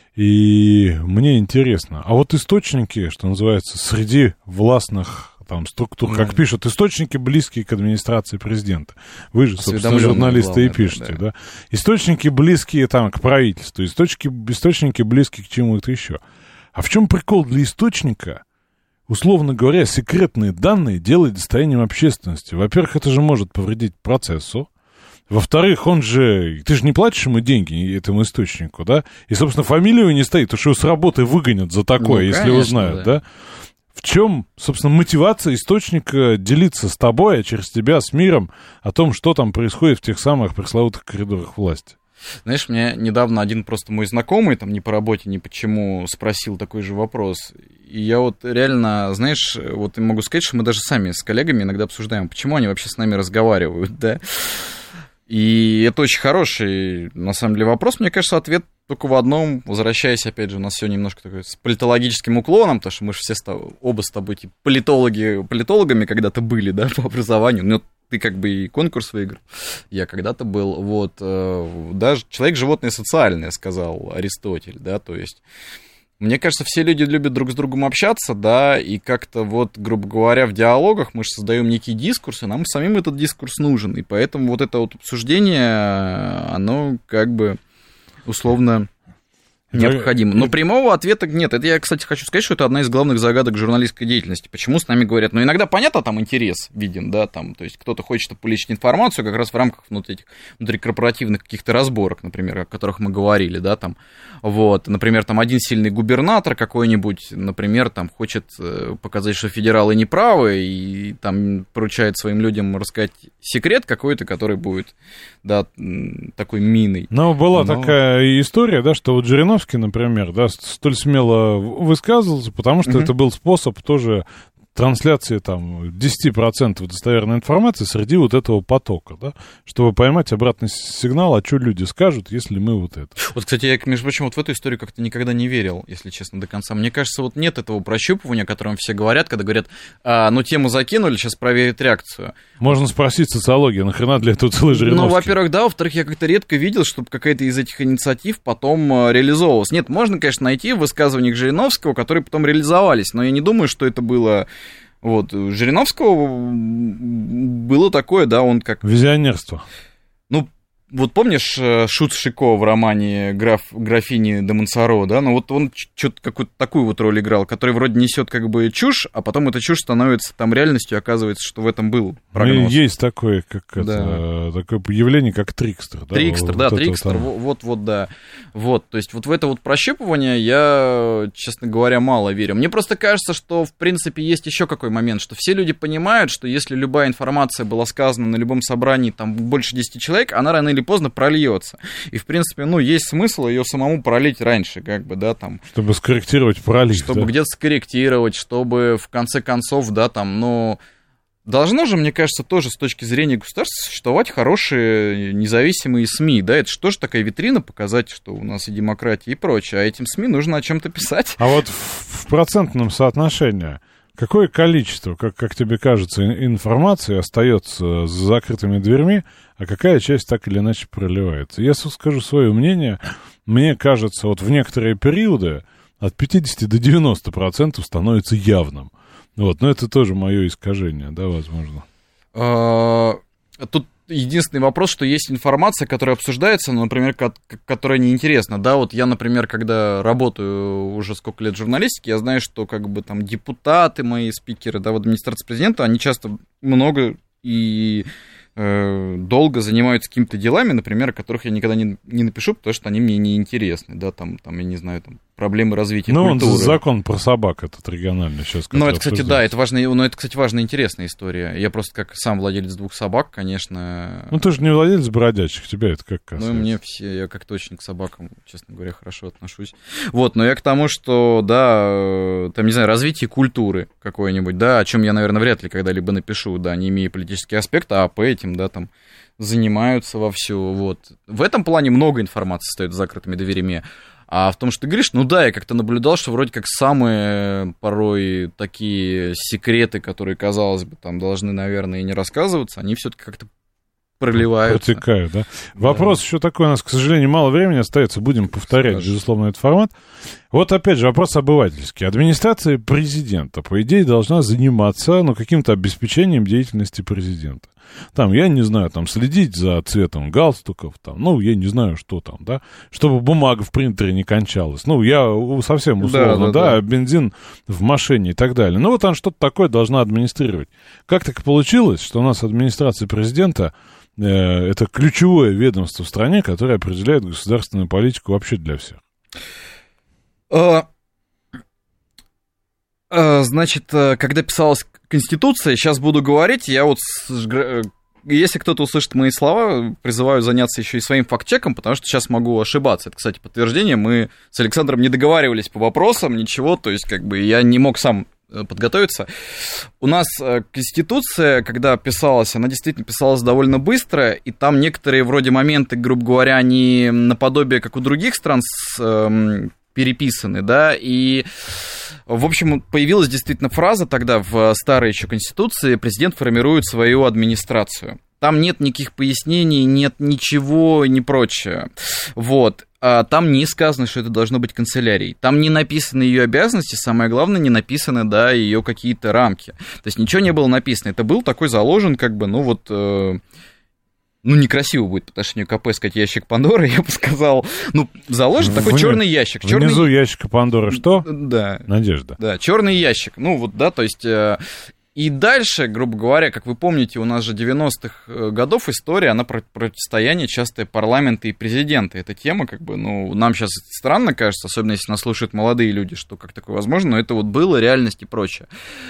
Speaker 3: и мне интересно, а вот источники, что называется, среди властных там структур, как пишут, источники, близкие к администрации президента. Вы же, собственно, журналисты главное, и пишете, да, да. Источники, близкие там к правительству, источники, источники, близкие к чему-то еще. А в чем прикол для источника? Условно говоря, секретные данные делать достоянием общественности. Во-первых, это же может повредить процессу. Во-вторых, он же... Ты же не платишь ему деньги, этому источнику, да? И, собственно, фамилия его не стоит, потому что его с работы выгонят за такое, ну, если конечно, узнают, да. да? В чем, собственно, мотивация источника делиться с тобой, а через тебя с миром о том, что там происходит в тех самых пресловутых коридорах власти?
Speaker 4: Знаешь, мне недавно один просто мой знакомый, там, ни по работе, ни почему, спросил такой же вопрос. И я вот реально, знаешь, вот могу сказать, что мы даже сами с коллегами иногда обсуждаем, почему они вообще с нами разговаривают, да. И это очень хороший, на самом деле, вопрос. Мне кажется, ответ только в одном, возвращаясь, опять же, у нас сегодня немножко такой с политологическим уклоном, потому что мы же все оба с тобой типа, политологи, политологами когда-то были, да, по образованию, но ты как бы и конкурс выиграл, я когда-то был, вот, даже человек животное социальное, сказал Аристотель, да, то есть, мне кажется, все люди любят друг с другом общаться, да, и как-то вот, грубо говоря, в диалогах мы же создаем некий дискурс, и нам самим этот дискурс нужен, и поэтому вот это вот обсуждение, оно как бы условно... необходимо. Но прямого ответа нет. Это я, кстати, хочу сказать, что это одна из главных загадок журналистской деятельности. Почему с нами говорят? Ну, иногда, понятно, там интерес виден, да, там, то есть кто-то хочет получить информацию как раз в рамках вот этих внутрикорпоративных каких-то разборок, например, о которых мы говорили, да, там, вот, например, там один сильный губернатор какой-нибудь, например, там, хочет показать, что федералы неправы, и там поручает своим людям рассказать секрет какой-то, который будет, да, такой миной.
Speaker 3: Но была
Speaker 4: Но...
Speaker 3: такая история, да, что вот Жириновский, например, да, столь смело высказывался, потому что mm-hmm. это был способ тоже трансляции там десять процентов достоверной информации среди вот этого потока, да, чтобы поймать обратный сигнал, а что люди скажут, если мы вот это.
Speaker 4: Вот, кстати, я, между прочим, вот в эту историю как-то никогда не верил, если честно, до конца. Мне кажется, вот нет этого прощупывания, о котором все говорят, когда говорят, а, ну, тему закинули, сейчас проверить реакцию.
Speaker 3: Можно спросить социологию, нахрена для этого целый Жириновский?
Speaker 4: Ну, во-первых, да, во-вторых, я как-то редко видел, чтобы какая-то из этих инициатив потом а, реализовывалась. Нет, можно, конечно, найти в высказываниях Жириновского, которые потом реализовались, но я не думаю, что это было... Вот, у Жириновского было такое, да, он как...
Speaker 3: Визионерство.
Speaker 4: Ну, вот помнишь шут Шико в романе «Граф, графини де Монсоро», да? Ну, вот он что-то какую-то такую вот роль играл, который вроде несет как бы чушь, а потом эта чушь становится там реальностью, и оказывается, что в этом был прогноз.
Speaker 3: Ну, есть такое, как да. это, такое явление, как трикстер. Да?
Speaker 4: Трикстер,
Speaker 3: вот
Speaker 4: да,
Speaker 3: это
Speaker 4: трикстер,
Speaker 3: там...
Speaker 4: вот, вот, да. Вот, то есть вот в это вот прощупывание я, честно говоря, мало верю. Мне просто кажется, что, в принципе, есть еще какой момент, что все люди понимают, что если любая информация была сказана на любом собрании, там, больше десяти человек, она рано или поздно прольется. И, в принципе, ну, есть смысл ее самому пролить раньше, как бы, да, там.
Speaker 3: Чтобы скорректировать пролив,
Speaker 4: Чтобы
Speaker 3: да?
Speaker 4: где-то скорректировать, чтобы, в конце концов, да, там, ну... Должно же, мне кажется, тоже с точки зрения государства существовать хорошие независимые СМИ, да, это же тоже такая витрина, показать, что у нас и демократия и прочее, а этим СМИ нужно о чем-то писать.
Speaker 3: А вот в, в процентном соотношении какое количество, как, как тебе кажется, информации остается за закрытыми дверьми, а какая часть так или иначе проливается? Я скажу свое мнение, мне кажется, вот в некоторые периоды от пятидесяти до девяноста процентов становится явным. Вот, но это тоже мое искажение, да, возможно.
Speaker 4: Тут единственный вопрос, что есть информация, которая обсуждается, но, например, которая неинтересна, да, вот я, например, когда работаю уже сколько лет в журналистике, я знаю, что как бы там депутаты мои, спикеры, да, в администрации президента, они часто много и долго занимаются какими-то делами, например, о которых я никогда не, не напишу, потому что они мне не интересны, да, там, там, я не знаю, там, проблемы развития
Speaker 3: ну,
Speaker 4: культуры.
Speaker 3: Ну, закон про собак этот региональный сейчас.
Speaker 4: Ну, это, кстати, да, это важная, ну, это, кстати, важная, интересная история. Я просто, как сам владелец двух собак, конечно...
Speaker 3: Ну, ты же не владелец бродячих, тебя это как касается?
Speaker 4: Ну, мне все, я как-то очень к собакам, честно говоря, хорошо отношусь. Вот, но я к тому, что, да, там, не знаю, развитие культуры какое-нибудь, да, о чем я, наверное, вряд ли когда-либо напишу, да, не имея политический аспект, а по этим, да, там, занимаются вовсю, вот. В этом плане много информации стоит с закрытыми дверями. А в том, что ты говоришь, ну да, я как-то наблюдал, что вроде как самые порой такие секреты, которые, казалось бы, там должны, наверное, и не рассказываться, они все-таки как-то проливаются.
Speaker 3: Протекают, да? Вопрос да. еще такой, у нас, к сожалению, мало времени остается, будем повторять, Скажи. безусловно, этот формат. Вот опять же вопрос обывательский. Администрация президента, по идее, должна заниматься, ну, каким-то обеспечением деятельности президента. Там, я не знаю, там, следить за цветом галстуков, там, ну, я не знаю, что там, да, чтобы бумага в принтере не кончалась. Ну, я совсем условно, да, да, да, да, бензин в машине и так далее. Ну, вот она что-то такое должна администрировать. Как так получилось, что у нас администрация президента э, это ключевое ведомство в стране, которое определяет государственную политику вообще для всех?
Speaker 4: Значит, когда писалась Конституция, сейчас буду говорить, я вот, если кто-то услышит мои слова, призываю заняться еще и своим факт-чеком, потому что сейчас могу ошибаться. Это, кстати, подтверждение, мы с Александром не договаривались по вопросам, ничего, то есть, как бы, я не мог сам подготовиться. У нас Конституция, когда писалась, она действительно писалась довольно быстро, и там некоторые вроде моменты, грубо говоря, они наподобие, как у других стран, с переписаны, да, и, в общем, появилась действительно фраза тогда в старой еще Конституции: президент формирует свою администрацию. Там нет никаких пояснений, нет ничего и не прочее. Вот. А там не сказано, что это должно быть канцелярией. Там не написаны ее обязанности, самое главное, не написаны, да, ее какие-то рамки. То есть ничего не было написано. Это был такой заложен, как бы, ну вот... Э- Ну, некрасиво будет по отношению к АП сказать ящик Пандоры, я бы сказал. Ну, заложен такой
Speaker 3: Внизу,
Speaker 4: черный ящик. Черный...
Speaker 3: Внизу ящика Пандоры что?
Speaker 4: Да.
Speaker 3: Надежда.
Speaker 4: Да, черный ящик. Ну, вот, да, то есть... Э... И дальше, грубо говоря, как вы помните, у нас же девяностых годов история, она про противостояние частое парламента и президента. Эта тема, как бы, ну, нам сейчас странно кажется, особенно если нас слушают молодые люди, что как такое возможно, но это вот было, реальность и прочее.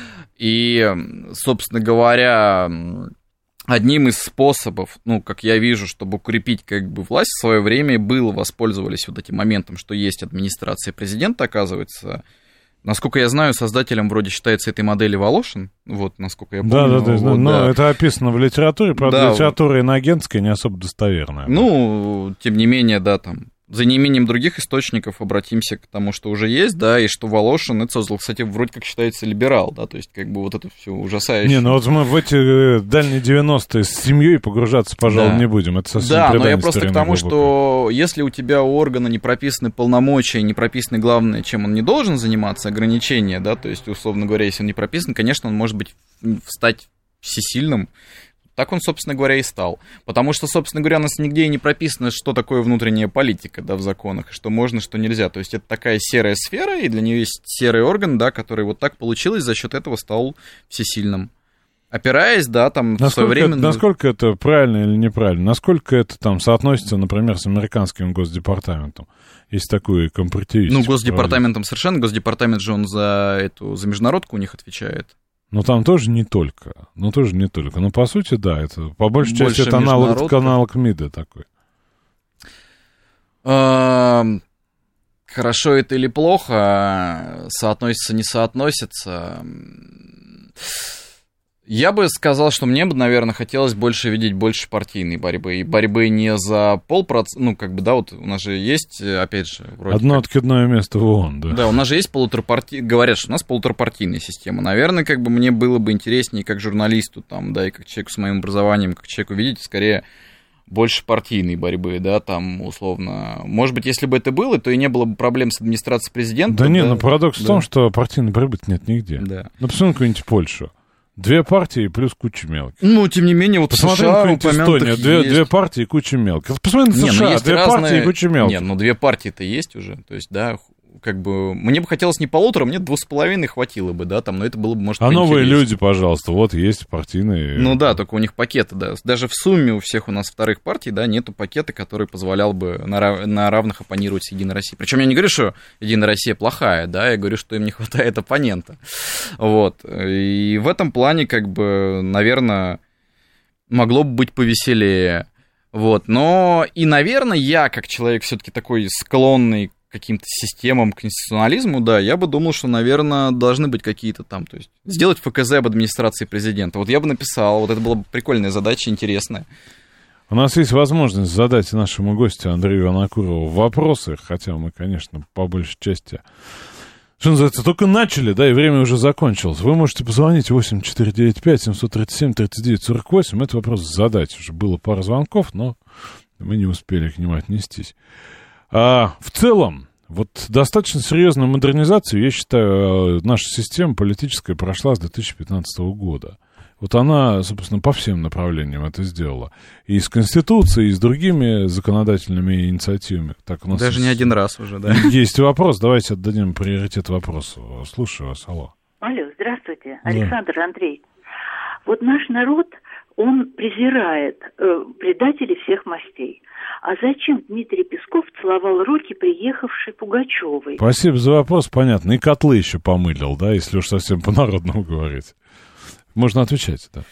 Speaker 4: И, собственно говоря... Одним из способов, ну, как я вижу, чтобы укрепить как бы власть в свое время, было, воспользовались вот этим моментом, что есть администрация президента, оказывается. Насколько я знаю, создателем вроде считается этой модели Волошин, вот, насколько я помню.
Speaker 3: Да, да, да,
Speaker 4: вот,
Speaker 3: но
Speaker 4: да.
Speaker 3: это описано в литературе, правда, да, литература иноагентская, не особо достоверная.
Speaker 4: Ну, тем не менее, да, там... За неимением других источников обратимся к тому, что уже есть, да, и что Волошин это создал, кстати, вроде как считается либерал, да, то есть как бы вот это все ужасающе.
Speaker 3: Не, ну вот мы в эти дальние девяностые с семьей погружаться, пожалуй, да. не будем, это совсем
Speaker 4: да,
Speaker 3: предание.
Speaker 4: Да, но я просто к тому,
Speaker 3: глубокое.
Speaker 4: Что если у тебя у органа не прописаны полномочия, не прописаны главное, чем он не должен заниматься, ограничения, да, то есть, условно говоря, если он не прописан, конечно, он может быть стать всесильным. Так он, собственно говоря, и стал. Потому что, собственно говоря, у нас нигде и не прописано, что такое внутренняя политика, да, в законах, что можно, что нельзя. То есть это такая серая сфера, и для нее есть серый орган, да, который вот так получилось, за счет этого стал всесильным. Опираясь, да, там, насколько в свое время...
Speaker 3: Это, насколько это правильно или неправильно? Насколько это там соотносится, например, с американским госдепартаментом? Есть такой компаративистик.
Speaker 4: Ну, госдепартаментом совершенно. Госдепартамент же он за эту, за международку у них отвечает.
Speaker 3: Ну, там тоже не только. Ну, тоже не только. Но, по сути, да, это по большей Больше части это аналог, аналог МИДа такой.
Speaker 4: Хорошо это или плохо, соотносится, не соотносится. Я бы сказал, что мне бы, наверное, хотелось больше видеть больше партийной борьбы. И борьбы не за полпроцента, ну, как бы, да, вот у нас же есть, опять же... Вроде
Speaker 3: Одно
Speaker 4: как...
Speaker 3: откидное место в ООН, да.
Speaker 4: Да, у нас же есть полуторапартийная... Говорят, что у нас полуторапартийная система. Наверное, как бы мне было бы интереснее как журналисту, там, да, и как человеку с моим образованием, как человеку видеть, скорее, больше партийной борьбы, да, там, условно... Может быть, если бы это было, то и не было бы проблем с администрацией президента.
Speaker 3: Да, да? нет,
Speaker 4: да?
Speaker 3: но парадокс
Speaker 4: да.
Speaker 3: в том, что партийной борьбы нет нигде. Да. Ну, посмотрим какую-нибудь Польшу. Две партии плюс куча мелких.
Speaker 4: Ну, тем не менее, вот
Speaker 3: посмотри
Speaker 4: США
Speaker 3: на Эстонию, две, две партии и куча мелких. Посмотри на США,
Speaker 4: не, ну,
Speaker 3: две
Speaker 4: разные...
Speaker 3: партии и куча мелких.
Speaker 4: Нет, ну две партии-то есть уже, то есть, да, как бы, мне бы хотелось не полутора, мне двух с половиной хватило бы, да, там, но это было бы, может,
Speaker 3: А новые люди, пожалуйста, вот есть партийные...
Speaker 4: Ну да, только у них пакеты, да. Даже в сумме у всех у нас вторых партий, да, нету пакета, который позволял бы на, рав... на равных оппонировать с Единой Россией. Причем я не говорю, что Единая Россия плохая, да, я говорю, что им не хватает оппонента. Вот. И в этом плане, как бы, наверное, могло бы быть повеселее. Вот. Но и, наверное, я, как человек все-таки такой склонный к каким-то системам, к конституционализму, да, я бы думал, что, наверное, должны быть какие-то там, то есть сделать ФКЗ об администрации президента. Вот я бы написал, вот это была бы прикольная задача, интересная.
Speaker 3: У нас есть возможность задать нашему гостю Андрею Винокурову вопросы, хотя мы, конечно, по большей части, что называется, только начали, да, и время уже закончилось. Вы можете позвонить восемь четыре девять пять семь три семь тридцать девять сорок восемь, этот вопрос задать. Уже было пара звонков, но мы не успели к нему отнестись. А в целом, вот достаточно серьезную модернизацию, я считаю, наша система политическая прошла с две тысячи пятнадцатого года. Вот она, собственно, по всем направлениям это сделала. И с Конституцией, и с другими законодательными инициативами. Так у нас
Speaker 4: Даже
Speaker 3: есть,
Speaker 4: не один раз уже, да.
Speaker 3: Есть вопрос, давайте отдадим приоритет вопросу. Слушаю вас, алло.
Speaker 5: Алло, здравствуйте,
Speaker 3: Да.
Speaker 5: Александр, Андрей. Вот наш народ, он презирает э, предателей всех мастей. А зачем Дмитрий Песков целовал руки приехавшей Пугачевой?
Speaker 3: Спасибо за вопрос, понятно. И котлы еще помылил, да, если уж совсем по-народному говорить. Можно отвечать, да.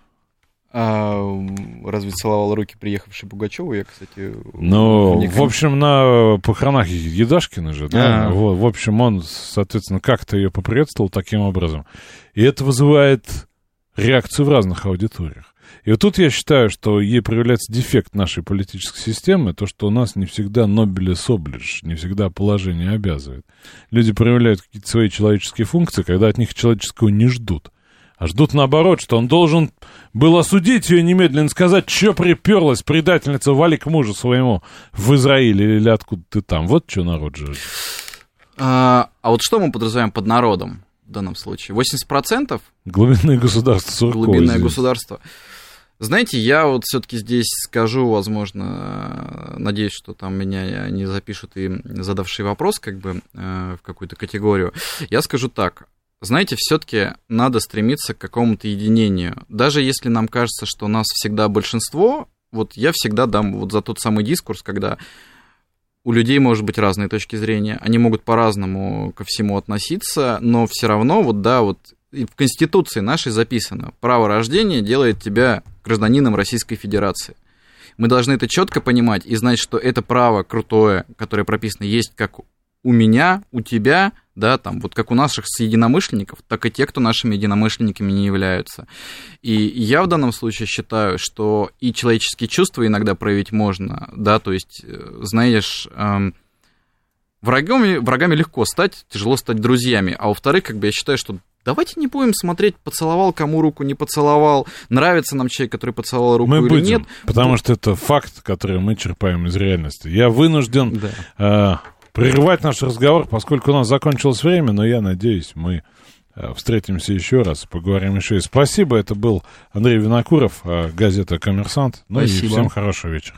Speaker 4: А, разве целовал руки приехавшей Пугачевой? Я, кстати...
Speaker 3: Ну,
Speaker 4: не...
Speaker 3: в общем, на похоронах Едашкина же, да, в, в общем, он, соответственно, как-то ее поприветствовал таким образом. И это вызывает реакцию в разных аудиториях. И вот тут я считаю, что ей проявляется дефект нашей политической системы, то, что у нас не всегда нобилис облидж, не всегда положение обязывает. Люди проявляют какие-то свои человеческие функции, когда от них человеческого не ждут. А ждут наоборот, что он должен был осудить ее немедленно, сказать, что приперлась предательница, вали к мужу своему в Израиле или откуда ты там. Вот что народ же.
Speaker 4: А, а вот что мы подразумеваем под народом в данном случае? восемьдесят процентов?
Speaker 3: Глубинное государство Суркова.
Speaker 4: Глубинное
Speaker 3: здесь.
Speaker 4: государство. Знаете, я вот все-таки здесь скажу, возможно, надеюсь, что там меня не запишут и задавший вопрос как бы в какую-то категорию. Я скажу так. Знаете, все-таки надо стремиться к какому-то единению. Даже если нам кажется, что у нас всегда большинство, вот я всегда дам вот за тот самый дискурс, когда у людей может быть разные точки зрения, они могут по-разному ко всему относиться, но все равно, вот да, вот и в Конституции нашей записано, право рождения делает тебя гражданином Российской Федерации. Мы должны это четко понимать и знать, что это право крутое, которое прописано, есть как у меня, у тебя, да, там, вот как у наших единомышленников, так и те, кто нашими единомышленниками не являются. И я в данном случае считаю, что и человеческие чувства иногда проявить можно, да, то есть, знаешь, эм, врагами, врагами легко стать, тяжело стать друзьями, а во-вторых, как бы я считаю, что давайте не будем смотреть, поцеловал кому руку, не поцеловал, нравится нам человек, который поцеловал руку
Speaker 3: мы
Speaker 4: или
Speaker 3: будем,
Speaker 4: нет.
Speaker 3: Потому что это факт, который мы черпаем из реальности. Я вынужден
Speaker 4: Да.
Speaker 3: э, прерывать наш разговор, поскольку у нас закончилось время, но я надеюсь, мы э, встретимся еще раз, поговорим еще. И спасибо, это был Андрей Винокуров, э, газета «Коммерсант». Ну
Speaker 4: Спасибо.
Speaker 3: И всем хорошего вечера.